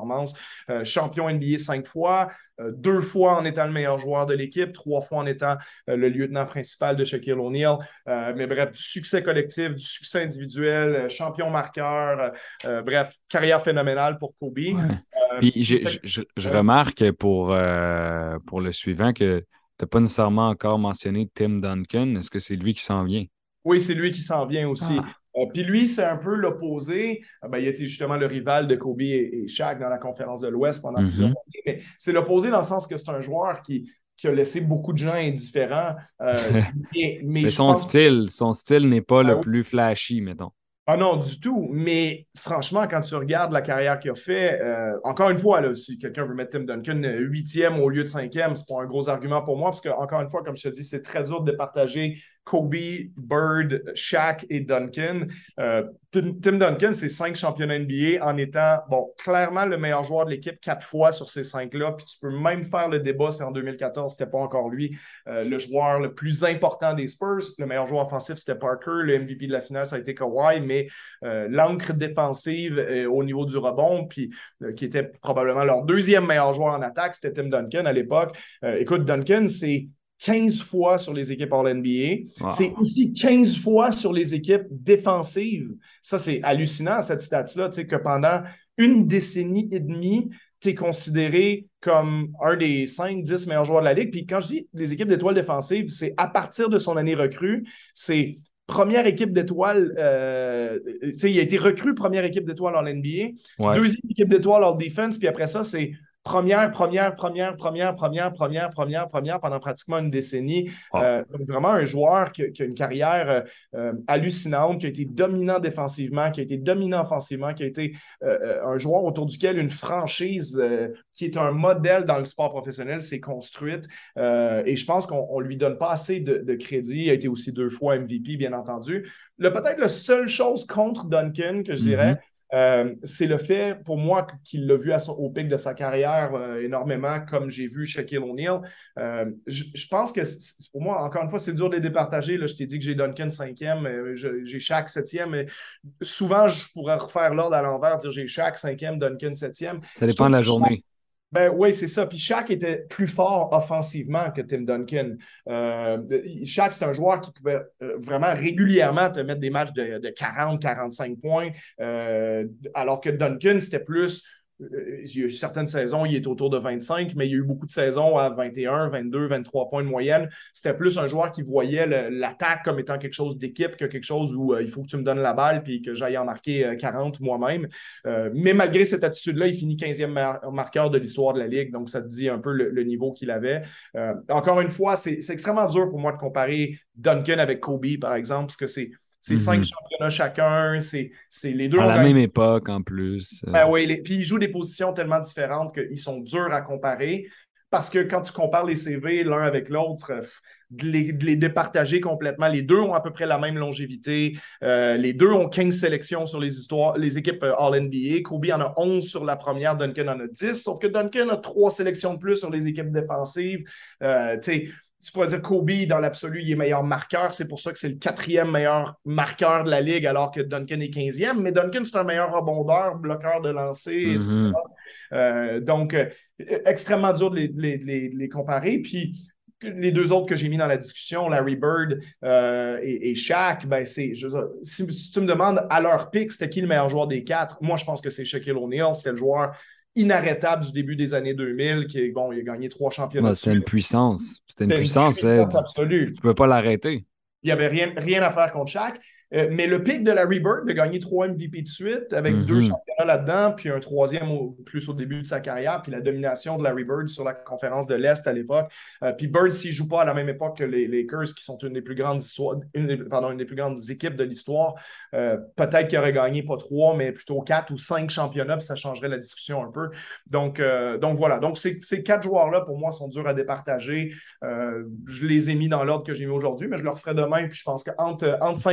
performances. Euh, champion N B A cinq fois, euh, deux fois en étant le meilleur joueur de l'équipe, trois fois en étant euh, le lieutenant principal de Shaquille O'Neal. Euh, mais bref, du succès collectif, du succès individuel, euh, champion marqueur, euh, euh, bref, carrière phénoménale pour Kobe. Ouais. Euh, Puis puis, je, je, je- je ouais. remarque pour, euh, pour le suivant que tu n'as pas nécessairement encore mentionné Tim Duncan. Est-ce que c'est lui qui s'en vient? Oui, c'est lui qui s'en vient aussi. Ah. Euh, puis lui, c'est un peu l'opposé. Euh, ben, il était justement le rival de Kobe et, et Shaq dans la conférence de l'Ouest pendant plusieurs Mhm. années. Mais c'est l'opposé dans le sens que c'est un joueur qui, qui a laissé beaucoup de gens indifférents. Euh, mais, mais Mais je son pense. style, son style n'est pas Ah le oui. plus flashy, mettons. Ah non, du tout. Mais franchement, quand tu regardes la carrière qu'il a fait, euh, encore une fois, là, si quelqu'un veut mettre Tim Duncan euh, huitième au lieu de cinquième, c'est pas un gros argument pour moi parce que, encore une fois, comme je te dis, c'est très dur de départager Kobe, Bird, Shaq et Duncan. Euh, Tim, Tim Duncan, c'est cinq championnats N B A en étant, bon, clairement le meilleur joueur de l'équipe quatre fois sur ces cinq-là. Puis tu peux même faire le débat si en deux mille quatorze, c'était pas encore lui euh, le joueur le plus important des Spurs. Le meilleur joueur offensif, c'était Parker. Le M V P de la finale, ça a été Kawhi. Mais euh, l'encre défensive euh, au niveau du rebond, puis euh, qui était probablement leur deuxième meilleur joueur en attaque, c'était Tim Duncan à l'époque. Euh, écoute, Duncan, c'est quinze fois sur les équipes All N B A. C'est Wow. aussi quinze fois sur les équipes défensives. Ça, c'est hallucinant, cette stat-là, tu sais, que pendant une décennie et demie, tu es considéré comme un des cinq dix meilleurs joueurs de la Ligue. Puis quand je dis les équipes d'étoiles défensives, c'est à partir de son année recrue, c'est première équipe d'étoiles, euh, il a été recru première équipe d'étoiles en N B A, Ouais. deuxième équipe d'étoiles en defense, puis après ça, c'est première, première, première, première, première, première, première, première pendant pratiquement une décennie. Wow. Euh, vraiment un joueur qui, qui a une carrière euh, hallucinante, qui a été dominant défensivement, qui a été dominant offensivement, qui a été euh, un joueur autour duquel une franchise euh, qui est un modèle dans le sport professionnel s'est construite. Euh, et je pense qu'on ne lui donne pas assez de, de crédit. Il a été aussi deux fois M V P, bien entendu. Le, peut-être la seule chose contre Duncan que je dirais, Mhm. Euh, c'est le fait, pour moi, qu'il l'a vu à son, au pic de sa carrière euh, énormément, comme j'ai vu Shaquille O'Neal. Euh, je, je pense que, pour moi, encore une fois, c'est dur de les départager. Là, je t'ai dit que j'ai Duncan cinquième, euh, j'ai Shaq septième. Mais souvent, je pourrais refaire l'ordre à l'envers, dire j'ai Shaq cinquième, Duncan septième. Ça Je dépend trouve de que la Shaq, journée. ben oui, c'est ça. Puis Shaq était plus fort offensivement que Tim Duncan. Euh, Shaq, c'est un joueur qui pouvait euh, vraiment régulièrement te mettre des matchs de, de quarante à quarante-cinq points, euh, alors que Duncan, c'était plus. Euh, il y a eu certaines saisons, il est autour de vingt-cinq, mais il y a eu beaucoup de saisons à vingt et un, vingt-deux, vingt-trois points de moyenne. C'était plus un joueur qui voyait le, l'attaque comme étant quelque chose d'équipe que quelque chose où euh, il faut que tu me donnes la balle puis que j'aille en marquer euh, quarante moi-même. Euh, mais malgré cette attitude-là, il finit quinzième mar- marqueur de l'histoire de la Ligue. Donc, ça te dit un peu le, le niveau qu'il avait. Euh, encore une fois, c'est, c'est extrêmement dur pour moi de comparer Duncan avec Kobe, par exemple, parce que c'est c'est cinq Mhm. championnats chacun. C'est, c'est, les deux À ont la gagné. même époque, en plus. Euh, Ben oui, les- puis ils jouent des positions tellement différentes qu'ils sont durs à comparer. Parce que quand tu compares les C V l'un avec l'autre, euh, de les, de les départager complètement, les deux ont à peu près la même longévité. Euh, les deux ont quinze sélections sur les histoires, les équipes euh, All N B A. Kobe en a onze sur la première, Duncan en a dix. Sauf que Duncan a trois sélections de plus sur les équipes défensives. Euh, tu sais, tu pourrais dire Kobe, dans l'absolu, il est meilleur marqueur. C'est pour ça que c'est le quatrième meilleur marqueur de la Ligue, alors que Duncan est quinzième. Mais Duncan, c'est un meilleur rebondeur, bloqueur de lancer, et cetera. mhm. Euh, donc, euh, extrêmement dur de les, les, les, les comparer. Puis, les deux autres que j'ai mis dans la discussion, Larry Bird euh, et, et Shaq, ben c'est, je, si, si tu me demandes à leur pic, c'était qui le meilleur joueur des quatre? Moi, je pense que c'est Shaquille O'Neal. C'était le joueur inarrêtable du début des années deux mille, qui bon, il a gagné trois championnats Ouais, de c'était une suite. puissance. C'était une C'était une puissance. euh, puissance tu, tu, absolue. tu peux pas l'arrêter. Il n'y avait rien, rien à faire contre Shaq. Euh, mais le pic de Larry Bird de gagner trois M V P de suite avec deux Mhm. championnats là-dedans, puis un troisième au, plus au début de sa carrière, puis la domination de Larry Bird sur la conférence de l'Est à l'époque. Euh, puis Bird, s'il ne joue pas à la même époque que les Lakers, qui sont une des plus grandes histoires, une des, pardon, une des plus grandes équipes de l'histoire, euh, peut-être qu'il aurait gagné pas trois, mais plutôt quatre ou cinq championnats, puis ça changerait la discussion un peu. Donc, euh, donc voilà. Donc, ces, ces quatre joueurs-là, pour moi, sont durs à départager. Euh, je les ai mis dans l'ordre que j'ai mis aujourd'hui, mais je le referai demain, puis je pense qu'entre entre cinq et huit, ça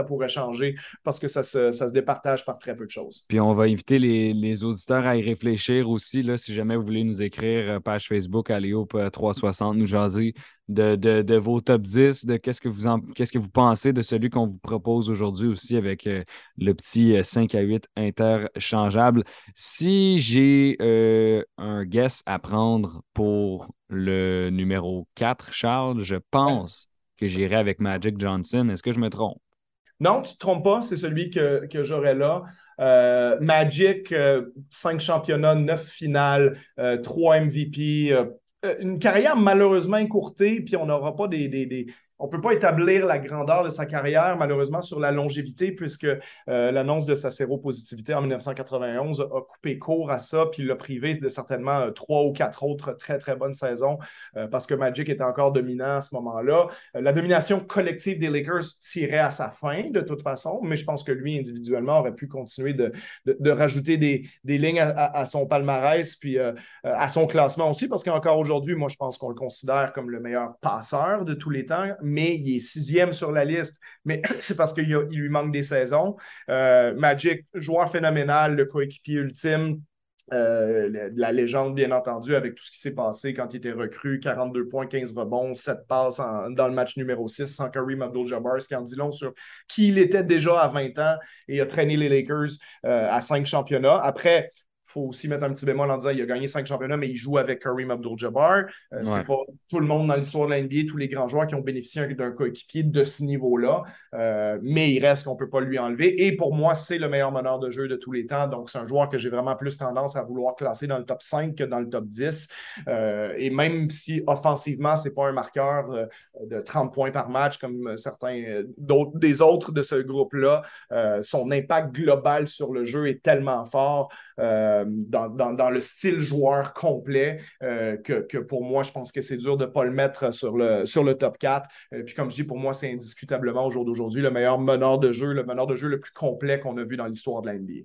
ça pourrait changer parce que ça se, ça se départage par très peu de choses. Puis on va inviter les, les auditeurs à y réfléchir aussi, là, si jamais vous voulez nous écrire, euh, page Facebook, Aléop trois cent soixante, nous jaser de, de, de vos top dix, de qu'est-ce que vous en, qu'est-ce que vous pensez de celui qu'on vous propose aujourd'hui aussi avec euh, le petit euh, cinq à huit interchangeable. Si j'ai euh, un guess à prendre pour le numéro quatre, Charles, je Ouais. pense que j'irai avec Magic Johnson. Est-ce que je me trompe? Non, tu ne te trompes pas, c'est celui que, que j'aurais là. Euh, Magic, euh, cinq championnats, neuf finales, euh, trois M V P. Euh, euh, une carrière malheureusement écourtée, puis on n'aura pas des, des, des, on ne peut pas établir la grandeur de sa carrière, malheureusement, sur la longévité, puisque euh, l'annonce de sa séropositivité en dix-neuf cent quatre-vingt-onze a coupé court à ça, puis l'a privé de certainement euh, trois ou quatre autres très, très bonnes saisons, euh, parce que Magic était encore dominant à ce moment-là. Euh, la domination collective des Lakers tirait à sa fin, de toute façon, mais je pense que lui, individuellement, aurait pu continuer de, de, de rajouter des, des lignes à, à, à son palmarès, puis euh, à son classement aussi, parce qu'encore aujourd'hui, moi, je pense qu'on le considère comme le meilleur passeur de tous les temps, mais il est sixième sur la liste. Mais c'est parce qu'il il lui manque des saisons. Euh, Magic, joueur phénoménal, le coéquipier ultime. Euh, la, la légende, bien entendu, avec tout ce qui s'est passé quand il était recru, quarante-deux points, quinze rebonds, sept passes en, dans le match numéro six sans Kareem Abdul-Jabbar, ce qui en dit long sur qui il était déjà à vingt ans et a traîné les Lakers euh, à cinq championnats. Après, il faut aussi mettre un petit bémol en disant qu'il a gagné cinq championnats, mais il joue avec Kareem Abdul-Jabbar. Euh, Ouais. c'est pas tout le monde dans l'histoire de la N B A, tous les grands joueurs qui ont bénéficié d'un coéquipier de ce niveau-là. Euh, mais il reste qu'on ne peut pas lui enlever. Et pour moi, c'est le meilleur meneur de jeu de tous les temps. Donc, c'est un joueur que j'ai vraiment plus tendance à vouloir classer dans le top cinq que dans le top dix. Euh, et même si offensivement, ce n'est pas un marqueur euh, de trente points par match comme certains euh, d'autres, des autres de ce groupe-là, euh, son impact global sur le jeu est tellement fort. Euh, dans, dans, dans, le style joueur complet euh, que, que pour moi, je pense que c'est dur de ne pas le mettre sur le, sur le top quatre. Euh, puis comme je dis, pour moi, c'est indiscutablement au jour d'aujourd'hui le meilleur meneur de jeu, le meneur de jeu le plus complet qu'on a vu dans l'histoire de la N B A.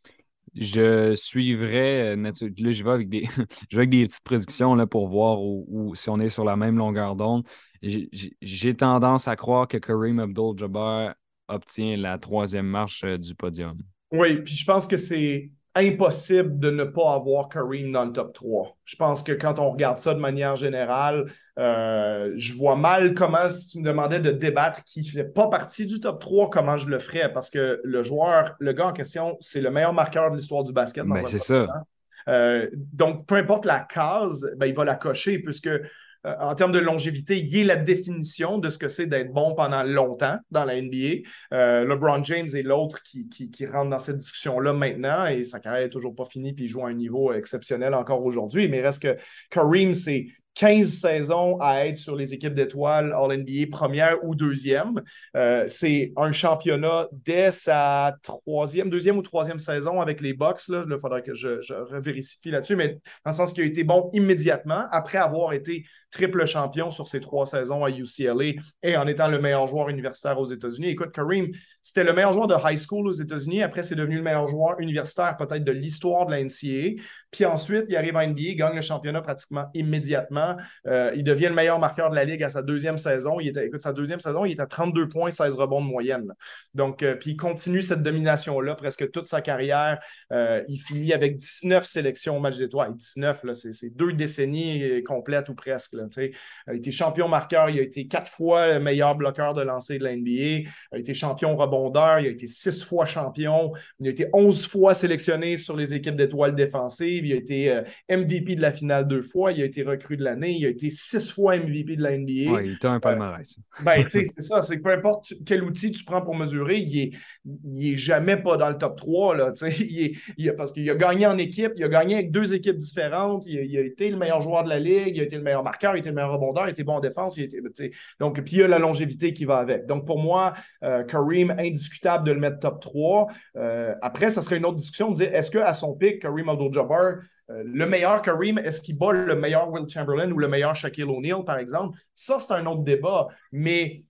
Je suivrais, euh, natu- là, je vais avec des, je vais avec des petites prédictions là, pour voir où, où- si on est sur la même longueur d'onde. J'ai j'ai- j'ai tendance à croire que Kareem Abdul-Jabbar obtient la troisième marche euh, du podium. Oui, puis je pense que c'est impossible de ne pas avoir Kareem dans le top trois. Je pense que quand on regarde ça de manière générale, euh, je vois mal comment, si tu me demandais de débattre qui ne fait pas partie du top trois, comment je le ferais, parce que le joueur, le gars en question, c'est le meilleur marqueur de l'histoire du basket Ben, dans un c'est premier ça. temps. Euh, donc, peu importe la case, ben, il va la cocher, puisque euh, en termes de longévité, il est la définition de ce que c'est d'être bon pendant longtemps dans la N B A. Euh, LeBron James est l'autre qui, qui, qui rentre dans cette discussion-là maintenant et sa carrière n'est toujours pas finie puis il joue à un niveau exceptionnel encore aujourd'hui. Mais il reste que Kareem, c'est quinze saisons à être sur les équipes d'étoiles All-N B A première ou deuxième. Euh, c'est un championnat dès sa troisième, deuxième ou troisième saison avec les Bucks. Là, il faudrait que je, je revérifie là-dessus, mais dans le sens qu'il a été bon immédiatement après avoir été triple champion sur ses trois saisons à U C L A et en étant le meilleur joueur universitaire aux États-Unis. Écoute, Kareem, c'était le meilleur joueur de high school aux États-Unis. Après, c'est devenu le meilleur joueur universitaire peut-être de l'histoire de la N C A A. Puis ensuite, il arrive en N B A, gagne le championnat pratiquement immédiatement. Euh, il devient le meilleur marqueur de la Ligue à sa deuxième saison. Il était, écoute, sa deuxième saison, il est à trente-deux points, seize rebonds de moyenne. Donc, euh, puis il continue cette domination-là presque toute sa carrière. Euh, il finit avec dix-neuf sélections au match d'étoiles. dix-neuf, là, c'est, c'est deux décennies complètes ou presque. Là, il a été champion marqueur, il a été quatre fois le meilleur bloqueur de lancer de la N B A, il a été champion rebondeur, il a été six fois champion, il a été onze fois sélectionné sur les équipes d'étoiles défensives, il a été euh, M V P de la finale deux fois, il a été recrue de l'année, il a été six fois M V P de la N B A. Ouais, il a un Euh, palmarès. ben, tu sais, c'est ça, c'est que peu importe quel outil tu prends pour mesurer, il est, il est jamais pas dans le top trois, là, tu sais, il est, il a, parce qu'il a gagné en équipe, il a gagné avec deux équipes différentes, il a, il a été le meilleur joueur de la Ligue, il a été le meilleur marqueur, il a été le meilleur rebondeur, il était bon en défense. Il était, donc, puis il y a la longévité qui va avec. Donc, pour moi, euh, Kareem, indiscutable de le mettre top trois. Euh, après, ça serait une autre discussion de dire est-ce qu'à son pic, Kareem Abdul-Jabbar, euh, le meilleur Kareem, est-ce qu'il bat le meilleur Will Chamberlain ou le meilleur Shaquille O'Neal, par exemple? Ça, c'est un autre débat. Mais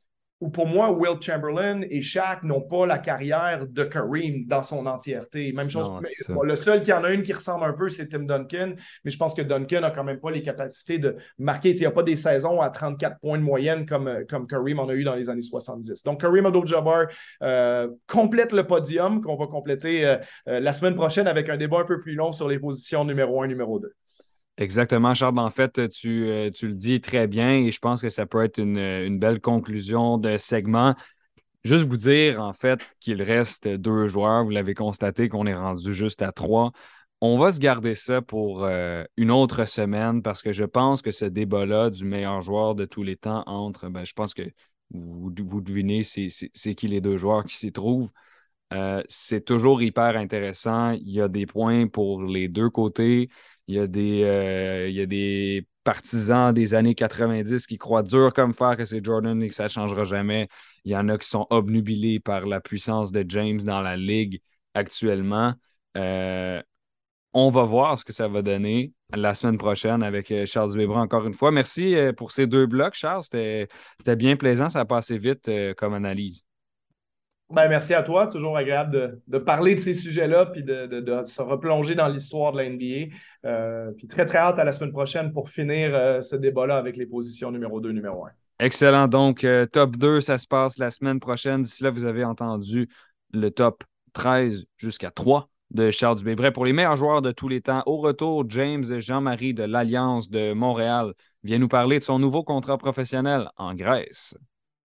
où pour moi, Will Chamberlain et Shaq n'ont pas la carrière de Kareem dans son entièreté. Même chose, Non, mais, c'est ça. bon, le seul qui en a une qui ressemble un peu, c'est Tim Duncan, mais je pense que Duncan n'a quand même pas les capacités de marquer. Il n'y a pas des saisons à trente-quatre points de moyenne comme, comme Kareem en a eu dans les années soixante-dix. Donc, Kareem Abdul-Jabbar euh, complète le podium qu'on va compléter euh, euh, la semaine prochaine avec un débat un peu plus long sur les positions numéro un, numéro deux. Exactement, Charles. En fait, tu, euh, tu le dis très bien et je pense que ça peut être une, une belle conclusion de segment. Juste vous dire, en fait, qu'il reste deux joueurs. Vous l'avez constaté qu'on est rendu juste à trois. On va se garder ça pour euh, une autre semaine parce que je pense que ce débat-là du meilleur joueur de tous les temps entre, ben, je pense que vous, vous devinez c'est c'est- c'est qui les deux joueurs qui s'y trouvent. Euh, c'est toujours hyper intéressant. Il y a des points pour les deux côtés. Il y a des, euh, il y a des partisans des années quatre-vingt-dix qui croient dur comme fer que c'est Jordan et que ça ne changera jamais. Il y en a qui sont obnubilés par la puissance de James dans la ligue actuellement. Euh, on va voir ce que ça va donner la semaine prochaine avec euh, Charles Weber encore une fois. Merci euh, pour ces deux blocs, Charles. C'était, c'était bien plaisant. Ça a passé vite euh, comme analyse. Ben, merci à toi. Toujours agréable de, de parler de ces sujets-là puis de, de, de se replonger dans l'histoire de la N B A. Euh, puis très, très hâte à la semaine prochaine pour finir euh, ce débat-là avec les positions numéro deux, numéro un. Excellent. Donc, euh, top deux, ça se passe la semaine prochaine. D'ici là, vous avez entendu le top treize jusqu'à trois de Charles Dubé. Pour les meilleurs joueurs de tous les temps, au retour, James Jean-Marie de l'Alliance de Montréal vient nous parler de son nouveau contrat professionnel en Grèce.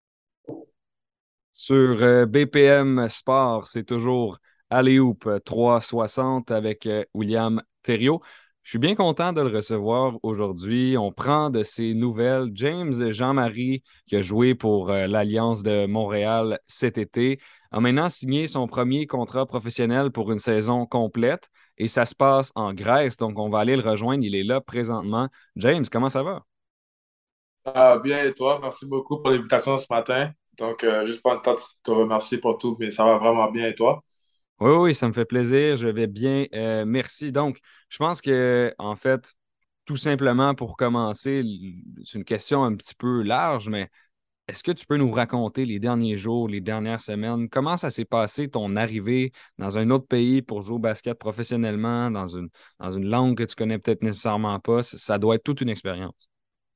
Sur euh, B P M Sport, c'est toujours Alley-Oop trois cent soixante avec euh, William Thériault. Je suis bien content de le recevoir aujourd'hui. On prend de ses nouvelles. James Jean-Marie, qui a joué pour euh, l'Alliance de Montréal cet été, a maintenant signé son premier contrat professionnel pour une saison complète et ça se passe en Grèce. Donc, on va aller le rejoindre. Il est là présentement. James, comment ça va? Ah, bien, et toi? Merci beaucoup pour l'invitation ce matin. Donc, euh, juste pas le temps de te remercier pour tout, mais ça va vraiment bien, et toi? Oui, oui, ça me fait plaisir. Je vais bien. Euh, merci. Donc, je pense que, en fait, tout simplement pour commencer, l- c'est une question un petit peu large, mais est-ce que tu peux nous raconter les derniers jours, les dernières semaines, comment ça s'est passé ton arrivée dans un autre pays pour jouer au basket professionnellement, dans une, dans une langue que tu connais peut-être nécessairement pas? Ça ça doit être toute une expérience.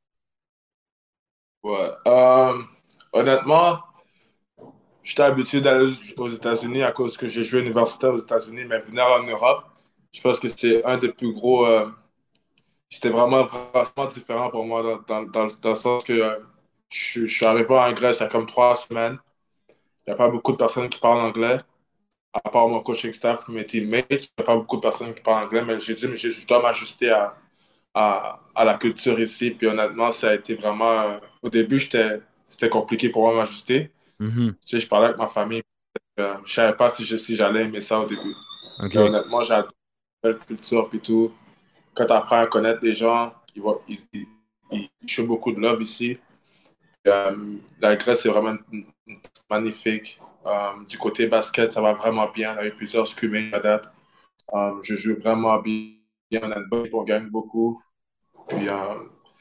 Ouais. Euh, honnêtement, j'étais habitué d'aller aux États-Unis à cause que j'ai joué universitaire aux États-Unis, mais venir en Europe, je pense que c'est un des plus gros. Euh, c'était vraiment, vraiment différent pour moi dans, dans, dans, dans le sens que euh, je, je suis arrivé en Grèce il y a comme trois semaines. Il n'y a pas beaucoup de personnes qui parlent anglais, à part mon coaching staff, mes teammates. Il n'y a pas beaucoup de personnes qui parlent anglais, mais j'ai dit, mais je, je dois m'ajuster à, à, à la culture ici. Puis honnêtement, ça a été vraiment. Euh, au début, j'étais, c'était compliqué pour moi de m'ajuster. Mhm. Tu sais, je parlais avec ma famille. Euh, je savais pas si je- si j'allais aimer ça au début. Mais OK. honnêtement, j'ai adoré la culture puis tout. Quand tu apprends à connaître des gens, ils, vont, ils, ils, ils show beaucoup de love ici. Euh, la Grèce, c'est vraiment une- une- magnifique. Euh, du côté basket, ça va vraiment bien. On a eu plusieurs scrimmages à date. Euh, je joue vraiment bien. On a une bonne équipe, on gagne beaucoup. Puis, euh,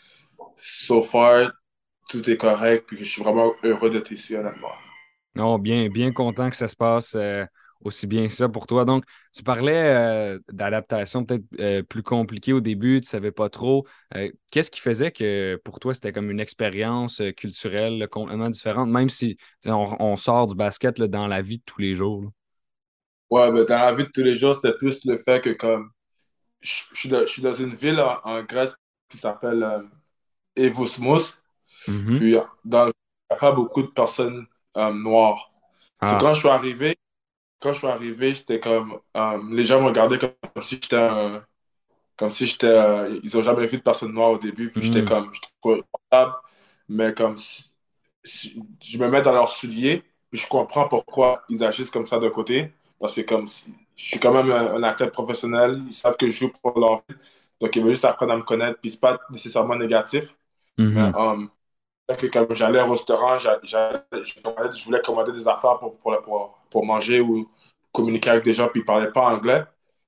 so far, tout est correct. Puis, je suis vraiment heureux d'être ici, honnêtement. Non, bien, bien content que ça se passe euh, aussi bien que ça pour toi. Donc, tu parlais euh, d'adaptation peut-être euh, plus compliquée au début, tu savais pas trop. Euh, qu'est-ce qui faisait que pour toi, c'était comme une expérience euh, culturelle là, complètement différente, même si tu sais, on, on sort du basket là, dans la vie de tous les jours, là? Ouais, ben, dans la vie de tous les jours, c'était plus le fait que, comme, je, je suis, de- je suis dans une ville en, en Grèce qui s'appelle euh, Evosmos. Mhm. Puis, dans le- il n'y a pas beaucoup de personnes euh, noires. C'est Ah. quand je suis arrivé, quand je suis arrivé, c'était comme, euh, les gens me regardaient comme, comme si j'étais un- comme si j'étais, euh, ils ont jamais vu de personne noire au début, puis j'étais Mhm. comme, je trouvais confortable, mais comme si, si- je me mets dans leurs souliers, puis je comprends pourquoi ils agissent comme ça de côté, parce que comme si, je suis quand même un, un athlète professionnel, ils savent que je joue pour leur ville, donc ils veulent juste apprendre à me connaître, puis c'est pas nécessairement négatif, mais Mhm. euh, que comme j'allais au restaurant, j'a- j'a- je, commandais- je voulais commander des affaires pour, pour, pour, pour manger ou communiquer avec des gens, puis ils parlaient pas anglais.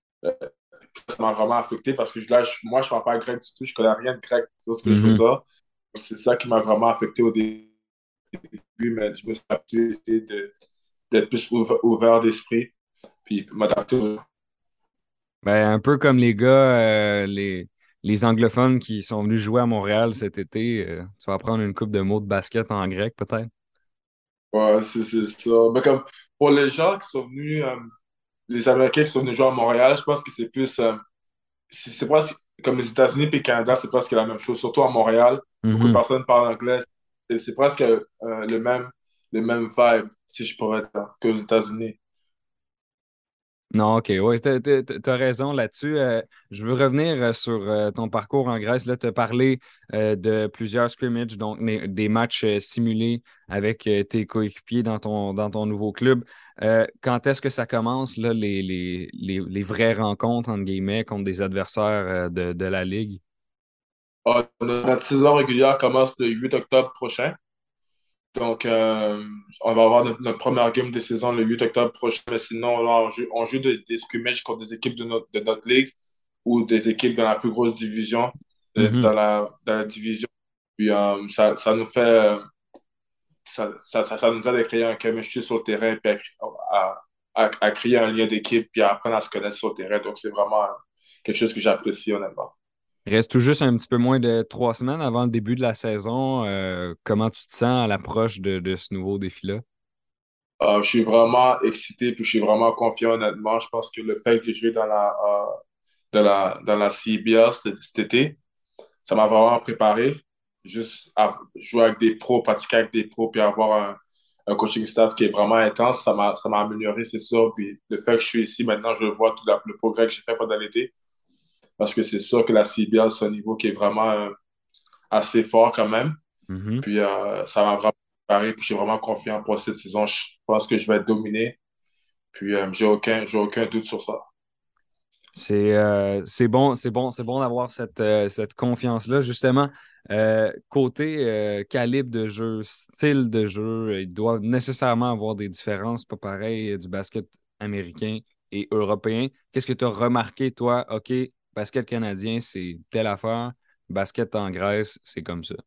Ça m'a vraiment affecté parce que là, je- moi, je ne parle pas grec du tout, je connais rien de grec, tout ce que je fais Mhm. ça. C'est ça qui m'a vraiment affecté au début. mais je me suis habitué à essayer de, d'être plus ouv- ouvert d'esprit, puis m'adapter. aux- Ben, un peu comme les gars, euh, les, les anglophones qui sont venus jouer à Montréal cet été. Euh, tu vas apprendre une coupe de mots de basket en grec, peut-être. Ouais, c'est c'est ça. Mais comme pour les gens qui sont venus, euh, les Américains qui sont venus jouer à Montréal, je pense que c'est plus. euh, c'est c'est presque comme les États-Unis et le Canada, c'est presque la même chose. Surtout à Montréal, beaucoup de Mhm. personnes parlent anglais. C'est c'est presque euh, le même, le même vibe, si je pourrais dire, qu'aux États-Unis. Non, ok, ouais, t'as, t'as- t'as raison là-dessus. Euh, je veux revenir euh, sur euh, ton parcours en Grèce. Là, tu as parlé euh, de plusieurs scrimmages, donc né- des matchs euh, simulés avec euh, tes coéquipiers dans ton, dans ton nouveau club. Euh, quand est-ce que ça commence, là, les, les, les, les vraies rencontres, entre guillemets, contre des adversaires euh, de, de la Ligue? Ah, notre saison régulière commence le huit octobre prochain. Donc, euh, on va avoir notre, notre première game de saison le huit octobre prochain. Mais sinon, là, on joue, on joue des, des scrimmages contre des équipes de notre, de notre ligue ou des équipes dans la plus grosse division, euh, Mhm. dans la, dans la division. Puis, euh, ça, ça nous fait, euh, ça, ça, ça, ça nous aide à créer un chemistry sur le terrain, puis à, à, à créer un lien d'équipe, puis à apprendre à se connaître sur le terrain. Donc, c'est vraiment quelque chose que j'apprécie, honnêtement. Il reste tout juste un petit peu moins de trois semaines avant le début de la saison. Euh, comment tu te sens à l'approche de, de ce nouveau défi-là? Euh, je suis vraiment excité, puis je suis vraiment confiant, honnêtement. Je pense que le fait que j'ai joué dans la, euh, dans la, dans la C B L cet, cet été, ça m'a vraiment préparé. Juste à jouer avec des pros, pratiquer avec des pros, puis avoir un, un coaching staff qui est vraiment intense, ça m'a, ça m'a amélioré, c'est sûr. Puis le fait que je suis ici maintenant, je vois tout la- le progrès que j'ai fait pendant l'été. Parce que c'est sûr que la C B L, c'est un niveau qui est vraiment euh, assez fort quand même. Mhm. Puis euh, ça m'a vraiment préparé, puis je suis vraiment confiant pour cette saison. Je pense que je vais être dominé. Puis euh, j'ai aucun, j'ai aucun doute sur ça. C'est euh, c'est bon, c'est bon, c'est bon d'avoir cette, euh, cette confiance-là. Justement, euh, côté euh, calibre de jeu, style de jeu, ils doivent nécessairement avoir des différences, pas pareil, euh, du basket américain et européen. Qu'est-ce que tu as remarqué, toi? OK, basket canadien, c'est telle affaire. Basket en Grèce, c'est comme ça.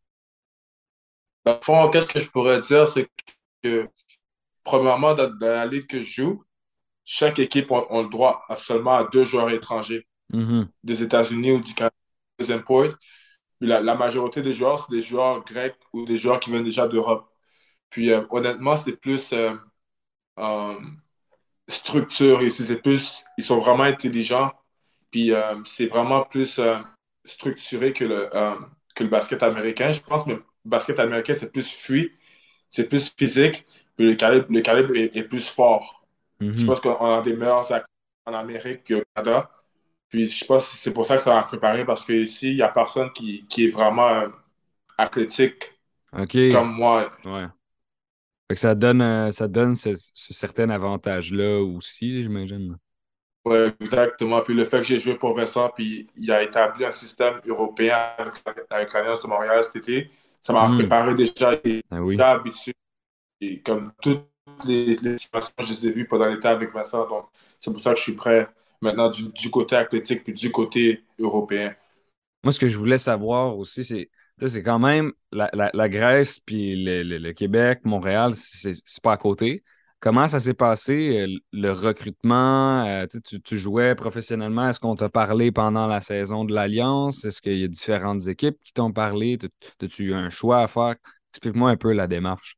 Dans le fond, qu'est-ce que je pourrais dire, c'est que, premièrement, dans, dans la ligue que je joue, chaque équipe a, a le droit à seulement à deux joueurs étrangers Mhm. des États-Unis ou du Canada, des imports. Puis la, la majorité des joueurs, c'est des joueurs grecs ou des joueurs qui viennent déjà d'Europe. Puis euh, honnêtement, c'est plus euh, euh, structure ici. C'est plus, ils sont vraiment intelligents. Puis euh, c'est vraiment plus euh, structuré que le, euh, que le basket américain. Je pense que le basket américain, c'est plus fluide, c'est plus physique. Puis le calibre, le calibre est, est plus fort. Je Mhm. pense qu'on a des meilleurs acteurs en Amérique qu'au Canada. Puis je pense que c'est pour ça que ça m'a préparé parce qu'ici, il n'y a personne qui, qui est vraiment euh, athlétique OK. comme moi. Ouais. Fait que ça donne, euh, ça donne ce, ce certain avantage-là aussi, j'imagine. Ouais, exactement. Puis le fait que j'ai joué pour Vincent, puis il a établi un système européen avec, avec l'Alliance de Montréal cet été, ça m'a Hmm. préparé déjà, j'étais Ah oui. déjà habitué. Et comme toutes les, les situations, je les ai vues pendant l'été avec Vincent. Donc, c'est pour ça que je suis prêt maintenant du, du côté athlétique puis du côté européen. Moi, ce que je voulais savoir aussi, c'est, tu sais, c'est quand même la, la, la Grèce puis le, le- le Québec, Montréal, c'est c'est pas à côté. Comment ça s'est passé, euh, le recrutement? Euh, tu, sais, tu tu jouais professionnellement. Est-ce qu'on t'a parlé pendant la saison de l'Alliance? Est-ce qu'il y a différentes équipes qui t'ont parlé? T'as- T'as-tu eu un choix à faire? Explique-moi un peu la démarche.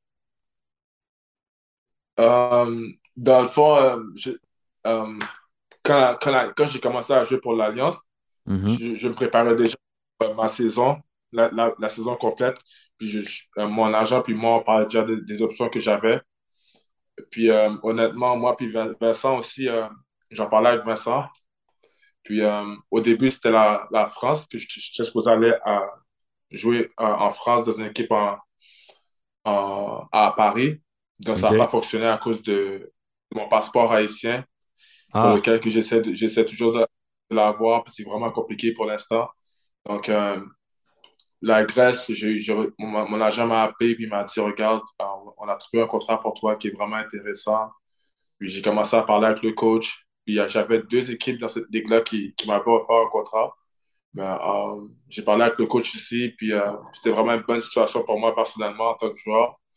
Euh, dans le fond, euh, je- euh, quand, quand, quand j'ai commencé à jouer pour l'Alliance, Mhm. je, je me préparais déjà pour ma saison, la, la, la saison complète. Puis je, je- euh, mon agent, puis moi, on parlait déjà des, des options que j'avais. Puis euh, honnêtement, moi, puis Vin- Vincent aussi, euh, j'en parlais avec Vincent. Puis euh, au début, c'était la, la France, que je- j'étais supposé aller à jouer euh, en France dans une équipe en, en- à Paris. Donc ça n'a pas OK. fonctionné à cause de, de mon passeport haïtien, pour Ah, lequel que j'essaie de- j'essaie toujours de l'avoir, puis c'est vraiment compliqué pour l'instant. Donc, euh, la Grèce, j'ai, j'ai- mon, mon agent m'a appelé puis il m'a dit, regarde, euh, on a trouvé un contrat pour toi qui est vraiment intéressant. Puis j'ai commencé à parler avec le coach. Puis euh, j'avais deux équipes dans cette ligue-là qui, qui m'avaient offert un contrat. Mais euh, j'ai parlé avec le coach ici, puis euh, c'était vraiment une bonne situation pour moi personnellement en tant que joueur.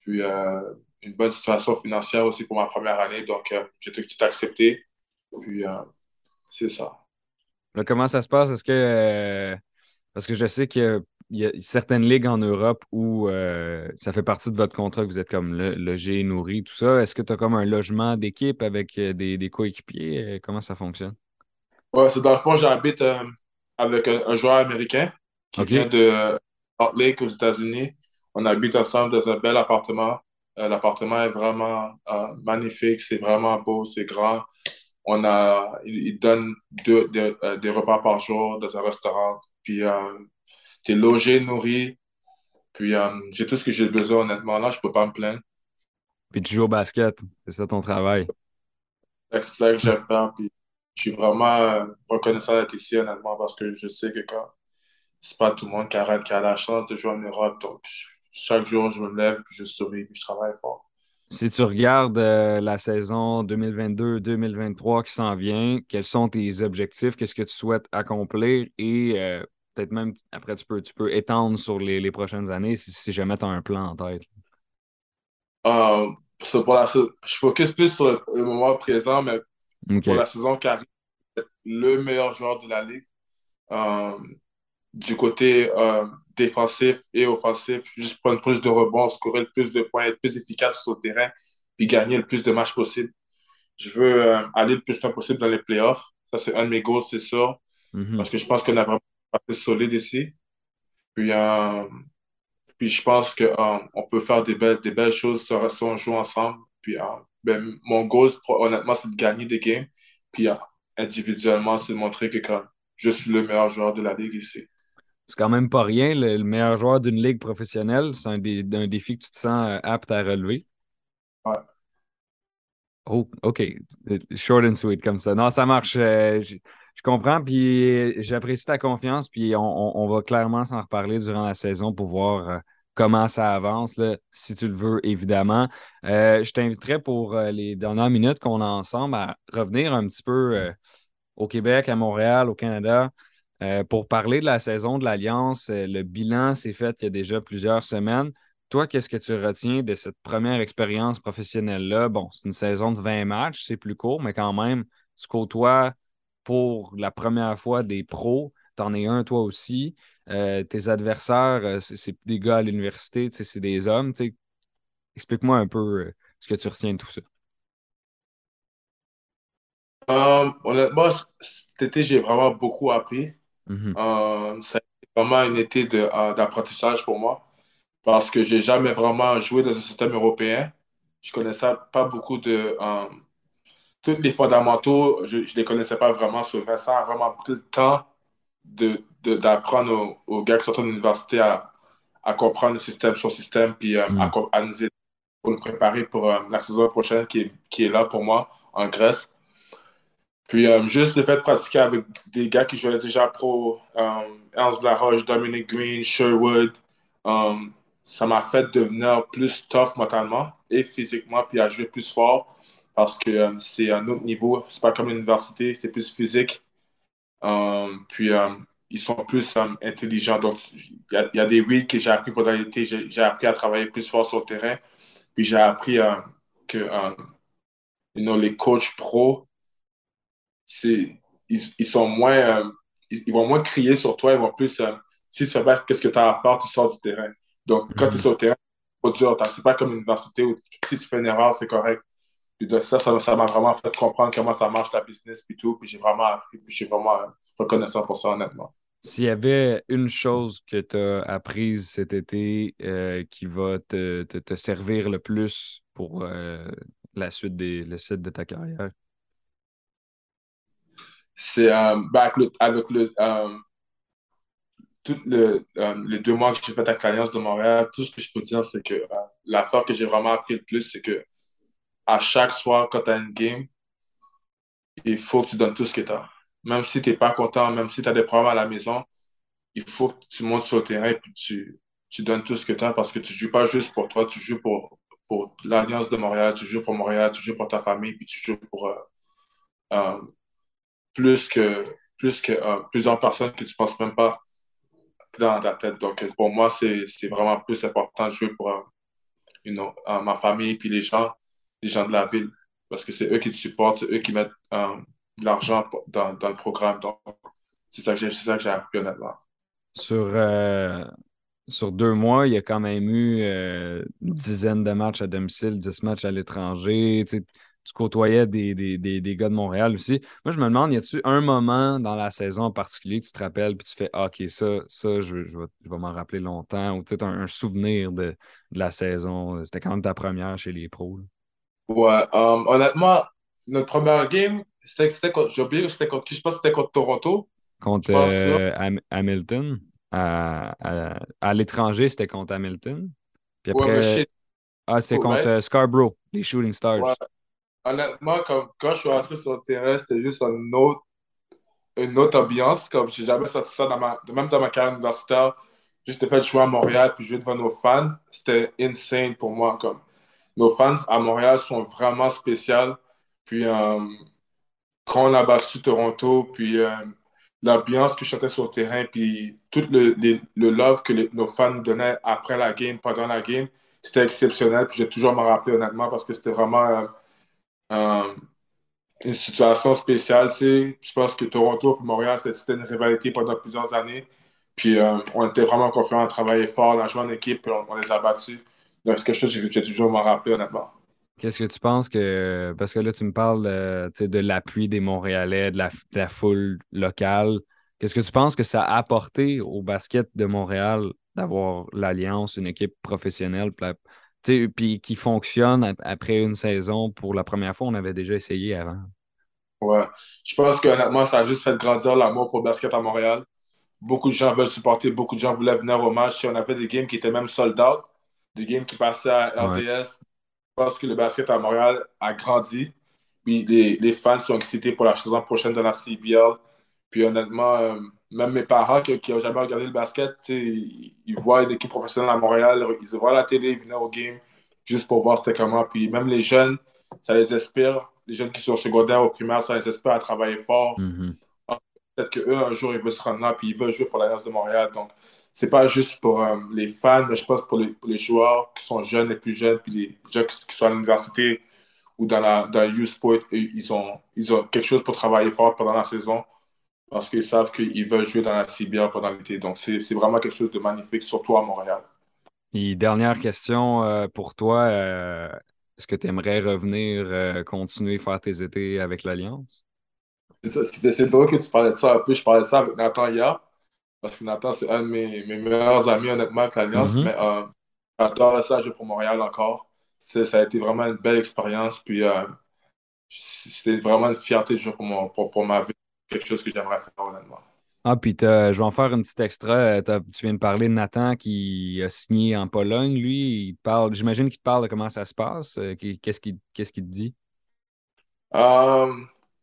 puis euh, une bonne situation financière aussi pour ma première année. Donc, euh, j'ai tout de suite accepté. Puis, euh, c'est ça. Là, comment ça se passe? Est-ce que euh, parce que je sais qu'il y a, il y a certaines ligues en Europe où euh, ça fait partie de votre contrat que vous êtes comme lo- logé, nourri, tout ça. Est-ce que tu as comme un logement d'équipe avec euh, des, des coéquipiers? Euh, Comment ça fonctionne? Ouais, c'est dans le fond, j'habite euh, avec un, un joueur américain qui vient OK. de euh, Salt Lake aux États-Unis. On habite ensemble dans un bel appartement. Euh, l'appartement est vraiment euh, magnifique, c'est vraiment beau, c'est grand. On a, il, il donne deux, des, euh, des repas par jour dans un restaurant. Puis, euh, t'es logé, nourri. Puis, euh, j'ai tout ce que j'ai besoin, honnêtement. Là, je peux pas me plaindre. Puis tu joues au basket. C'est ça ton travail. C'est ça que j'aime faire. Puis, je suis vraiment euh, reconnaissant d'être ici, honnêtement, parce que je sais que quand c'est pas tout le monde qui a, qui a la chance de jouer en Europe. Donc, chaque jour, je me lève, puis je souris, puis je travaille fort. Si tu regardes euh, la saison deux mille vingt-deux-deux mille vingt-trois qui s'en vient, quels sont tes objectifs? Qu'est-ce que tu souhaites accomplir? Et euh, peut-être même, après, tu peux, tu peux étendre sur les, les prochaines années si, si jamais tu as un plan en tête. Euh, c'est pour la, sa- je focus plus sur le, le moment présent, mais pour OK. la saison qui arrive, le meilleur joueur de la ligue. Euh, du côté euh, défensif et offensif, juste prendre plus de rebonds, scorer le plus de points, être plus efficace sur le terrain, puis gagner le plus de matchs possible. Je veux euh, aller le plus loin possible dans les playoffs. Ça, c'est un de mes goals, c'est sûr, Mhm. parce que je pense qu'on a vraiment assez solide ici. Puis, euh, puis je pense qu'on on peut faire des belles, des belles choses si on si on joue ensemble. Puis, euh, ben, mon goal, c'est pro- honnêtement, c'est de gagner des games. Puis, euh, individuellement, c'est de montrer que comme, je suis le meilleur joueur de la ligue ici. C'est quand même pas rien. Le, le meilleur joueur d'une ligue professionnelle, c'est un, des, un défi que tu te sens euh, apte à relever. Ouais. Oh, OK. Short and sweet comme ça. Non, ça marche. Euh, je, je comprends, puis j'apprécie ta confiance, puis on, on- on va clairement s'en reparler durant la saison pour voir euh, comment ça avance, là, si tu le veux, évidemment. Euh, je t'inviterai pour euh, les dernières minutes qu'on a ensemble à revenir un petit peu euh, au Québec, à Montréal, au Canada, euh, pour parler de la saison de l'Alliance. Euh, le bilan s'est fait il y a déjà plusieurs semaines. Toi, qu'est-ce que tu retiens de cette première expérience professionnelle-là? Bon, c'est une saison de vingt matchs, c'est plus court, mais quand même, tu côtoies pour la première fois des pros. T'en es un, toi aussi. Euh, tes adversaires, euh, c'est c'est des gars à l'université, tu sais, c'est des hommes. Tu sais. Explique-moi un peu euh, ce que tu retiens de tout ça. Euh, honnêtement, c- cet été, j'ai vraiment beaucoup appris. Mhm. Euh, ça a été vraiment un été de, euh, d'apprentissage pour moi parce que j'ai jamais vraiment joué dans un système européen. Je connaissais pas beaucoup de... euh, tous les fondamentaux, je ne les connaissais pas vraiment. Sur Vincent a vraiment pris le temps de, de- d'apprendre aux, aux gars qui sortent de l'université à, à comprendre le système, son système, puis euh, à, Mhm. co- à nous aider pour nous préparer pour euh, la saison prochaine qui est, qui est là pour moi en Grèce. Puis euh, juste le fait de pratiquer avec des gars qui jouaient déjà pro, euh, Ernst Laroche, Dominic Green, Sherwood, euh, ça m'a fait devenir plus tough mentalement et physiquement, puis à jouer plus fort parce que euh, c'est un autre niveau. C'est pas comme l'université, c'est plus physique. Euh, puis euh, ils sont plus euh, intelligents. Donc, il y, a il y a des weeks que j'ai appris pendant l'été, j'ai j'ai appris à travailler plus fort sur le terrain. Puis j'ai appris euh, que euh, you know, les coachs pro, c'est, ils, ils sont moins, euh, ils, ils vont moins crier sur toi, ils vont plus, euh, si tu fais pas qu'est-ce que tu as à faire, tu sors du terrain. Donc, quand tu es Mhm. sur le terrain, c'est pas dur. C'est pas comme l'université où si tu fais une erreur, c'est correct. Puis de ça, ça, ça m'a vraiment fait comprendre comment ça marche la business puis tout. Puis j'ai vraiment appris, puis je suis vraiment euh, reconnaissant pour ça, honnêtement. S'il y avait une chose que tu as apprise cet été euh, qui va te, te- te servir le plus pour euh, la suite des, le suite de ta carrière. C'est euh, ben, avec le, avec le, euh, tout le, euh, les deux mois que j'ai fait à l'Alliance de Montréal, tout ce que je peux dire, c'est que euh, l'affaire que j'ai vraiment appris le plus, c'est que à chaque soir, quand tu as une game, il faut que tu donnes tout ce que tu as. Même si tu n'es pas content, même si tu as des problèmes à la maison, il faut que tu montes sur le terrain et puis tu, tu donnes tout ce que tu as parce que tu ne joues pas juste pour toi, tu joues pour, pour l'Alliance de Montréal, tu joues pour Montréal, tu joues pour ta famille, puis tu joues pour euh, euh, plus que, plus que euh, plusieurs personnes que tu ne penses même pas dans ta tête. Donc, pour moi, c'est, c'est vraiment plus important de jouer pour, euh, you know, euh, ma famille, puis les gens, les gens de la ville. Parce que c'est eux qui te supportent, c'est eux qui mettent euh, de l'argent dans, dans le programme. Donc, c'est ça que j'ai, c'est ça que j'ai appris honnêtement. Sur, euh, sur deux mois, il y a quand même eu euh, une dizaine de matchs à domicile, dix matchs à l'étranger. Tu sais, tu côtoyais des, des, des, des gars de Montréal aussi. Moi, je me demande, y a-tu un moment dans la saison en particulier que tu te rappelles puis tu fais ah, OK, ça, ça je, je vais, je vais m'en rappeler longtemps ou peut-être un, un souvenir de, de la saison. C'était quand même ta première chez les pros, là. Ouais, euh, honnêtement, notre première game, c'était, c'était contre, j'ai oublié, c'était contre qui, je pense que c'était contre Toronto. Je Contre pense ça. euh, Ham- Hamilton. À, à, à l'étranger, c'était contre Hamilton. Puis Ouais, mais après, shit, ah, c'était contre right? euh, Scarborough, les Shooting Stars. Ouais. Honnêtement, comme, quand je suis rentré sur le terrain, c'était juste un autre, une autre ambiance. Comme j'ai jamais senti ça dans ma, même dans ma carrière universitaire. Juste le fait de jouer à Montréal puis jouer devant nos fans, c'était insane pour moi. Comme, nos fans à Montréal sont vraiment spéciaux. Puis euh, quand on a battu Toronto, puis euh, l'ambiance que je sentais sur le terrain, puis tout le, les- le love que les- nos fans nous donnaient après la game, pendant la game, c'était exceptionnel. Puis j'ai toujours m'en rappelé honnêtement parce que c'était vraiment euh, euh, une situation spéciale. Tu sais. Je pense que Toronto et Montréal, c'était c'était une rivalité pendant plusieurs années. Puis euh, on était vraiment confiants, on travaillait fort, on a joué en équipe, puis on, on les a battus. Donc c'est quelque chose que j'ai toujours m'en rappelé honnêtement. Qu'est-ce que tu penses que. Parce que là, tu me parles euh, tu sais, de l'appui des Montréalais, de la, de la foule locale. Qu'est-ce que tu penses que ça a apporté au basket de Montréal d'avoir l'Alliance, une équipe professionnelle, puis la- tu sais, puis qui fonctionne ap- après une saison pour la première fois? On avait déjà essayé avant. Ouais. Je pense que honnêtement, ça a juste fait grandir l'amour pour le basket à Montréal. Beaucoup de gens veulent supporter, beaucoup de gens voulaient venir au match. Si on avait des games qui étaient même sold out, des games qui passaient à Ouais. R D S. Je pense que le basket à Montréal a grandi. Puis les, les fans sont excités pour la saison prochaine de la C B L. Puis honnêtement, euh, même mes parents qui n'ont jamais regardé le basket, tu sais, ils, ils voient une équipe professionnelle à Montréal, ils voient la télé, ils venaient au game juste pour voir c'était comment. Puis même les jeunes, ça les inspire. Les jeunes qui sont au secondaire, au primaire, ça les inspire à travailler fort. Mhm. Peut-être qu'eux, un jour, ils veulent se rendre là, puis ils veulent jouer pour l'Alliance de Montréal. Donc, c'est pas juste pour euh, les fans, mais je pense pour les, pour les joueurs qui sont jeunes, les plus jeunes, puis les gens qui, qui sont à l'université ou dans la, dans le youth sport, et ils ont, ils ont quelque chose pour travailler fort pendant la saison parce qu'ils savent qu'ils veulent jouer dans la C B L pendant l'été. Donc, c'est c'est vraiment quelque chose de magnifique, surtout à Montréal. Et dernière question euh, pour toi. euh, est-ce que tu aimerais revenir euh, continuer faire tes étés avec l'Alliance? C'est ça, c'est- c'est drôle que tu parlais de ça un peu. Je parlais de ça avec Nathan hier, parce que Nathan, c'est un de mes, mes meilleurs amis, honnêtement, avec l'Alliance. Mhm. Mais euh, j'adore ça, jouer pour Montréal encore. C'est- Ça a été vraiment une belle expérience. Puis euh, c'est vraiment une fierté de jouer pour, mon, pour, pour ma vie. Quelque chose que j'aimerais faire, honnêtement. Ah, puis t'as- je vais en faire un petit extra. Euh, t'as- Tu viens de parler de Nathan qui a signé en Pologne. Lui, il te parle, j'imagine qu'il te parle de comment ça se passe. euh, qui- Qu'est-ce qu'il qu'est-ce qu'il te dit? Euh,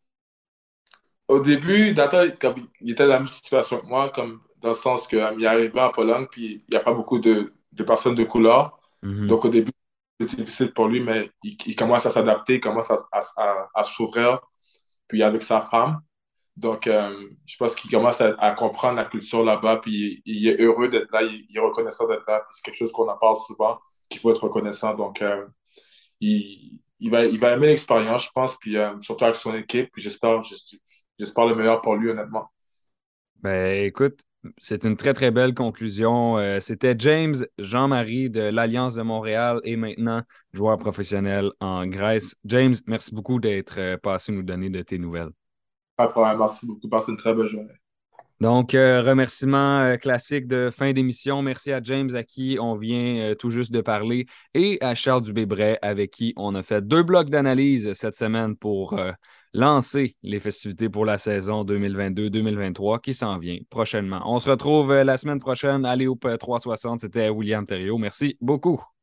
Au début, Nathan, comme il était dans la même situation que moi, comme dans le sens qu'il est arrivé en Pologne, puis il n'y a pas beaucoup de, de personnes de couleur. Mhm. Donc au début, c'est difficile pour lui, mais il, il commence à s'adapter, il commence à, à, à, à s'ouvrir, puis avec sa femme. Donc, euh, je pense qu'il commence à, à comprendre la culture là-bas, puis il, il est heureux d'être là, il, il est reconnaissant d'être là, puis c'est quelque chose qu'on en parle souvent, qu'il faut être reconnaissant. Donc, euh, il, il va, il va aimer l'expérience, je pense, puis euh, surtout avec son équipe, puis j'espère, j'espère le meilleur pour lui, honnêtement. Ben, écoute, c'est une très, très belle conclusion. Euh, c'était James Jean-Marie de l'Alliance de Montréal et maintenant joueur professionnel en Grèce. James, merci beaucoup d'être euh, passé nous donner de tes nouvelles. Pas de problème, merci beaucoup, passez une très belle journée. Donc, euh, remerciement euh, classique de fin d'émission. Merci à James à qui on vient euh, tout juste de parler et à Charles Dubébret avec qui on a fait deux blocs d'analyse cette semaine pour euh, lancer les festivités pour la saison deux mille vingt-deux deux mille vingt-trois qui s'en vient prochainement. On se retrouve euh, la semaine prochaine. Allez au trois cent soixante, c'était William Thériault. Merci beaucoup.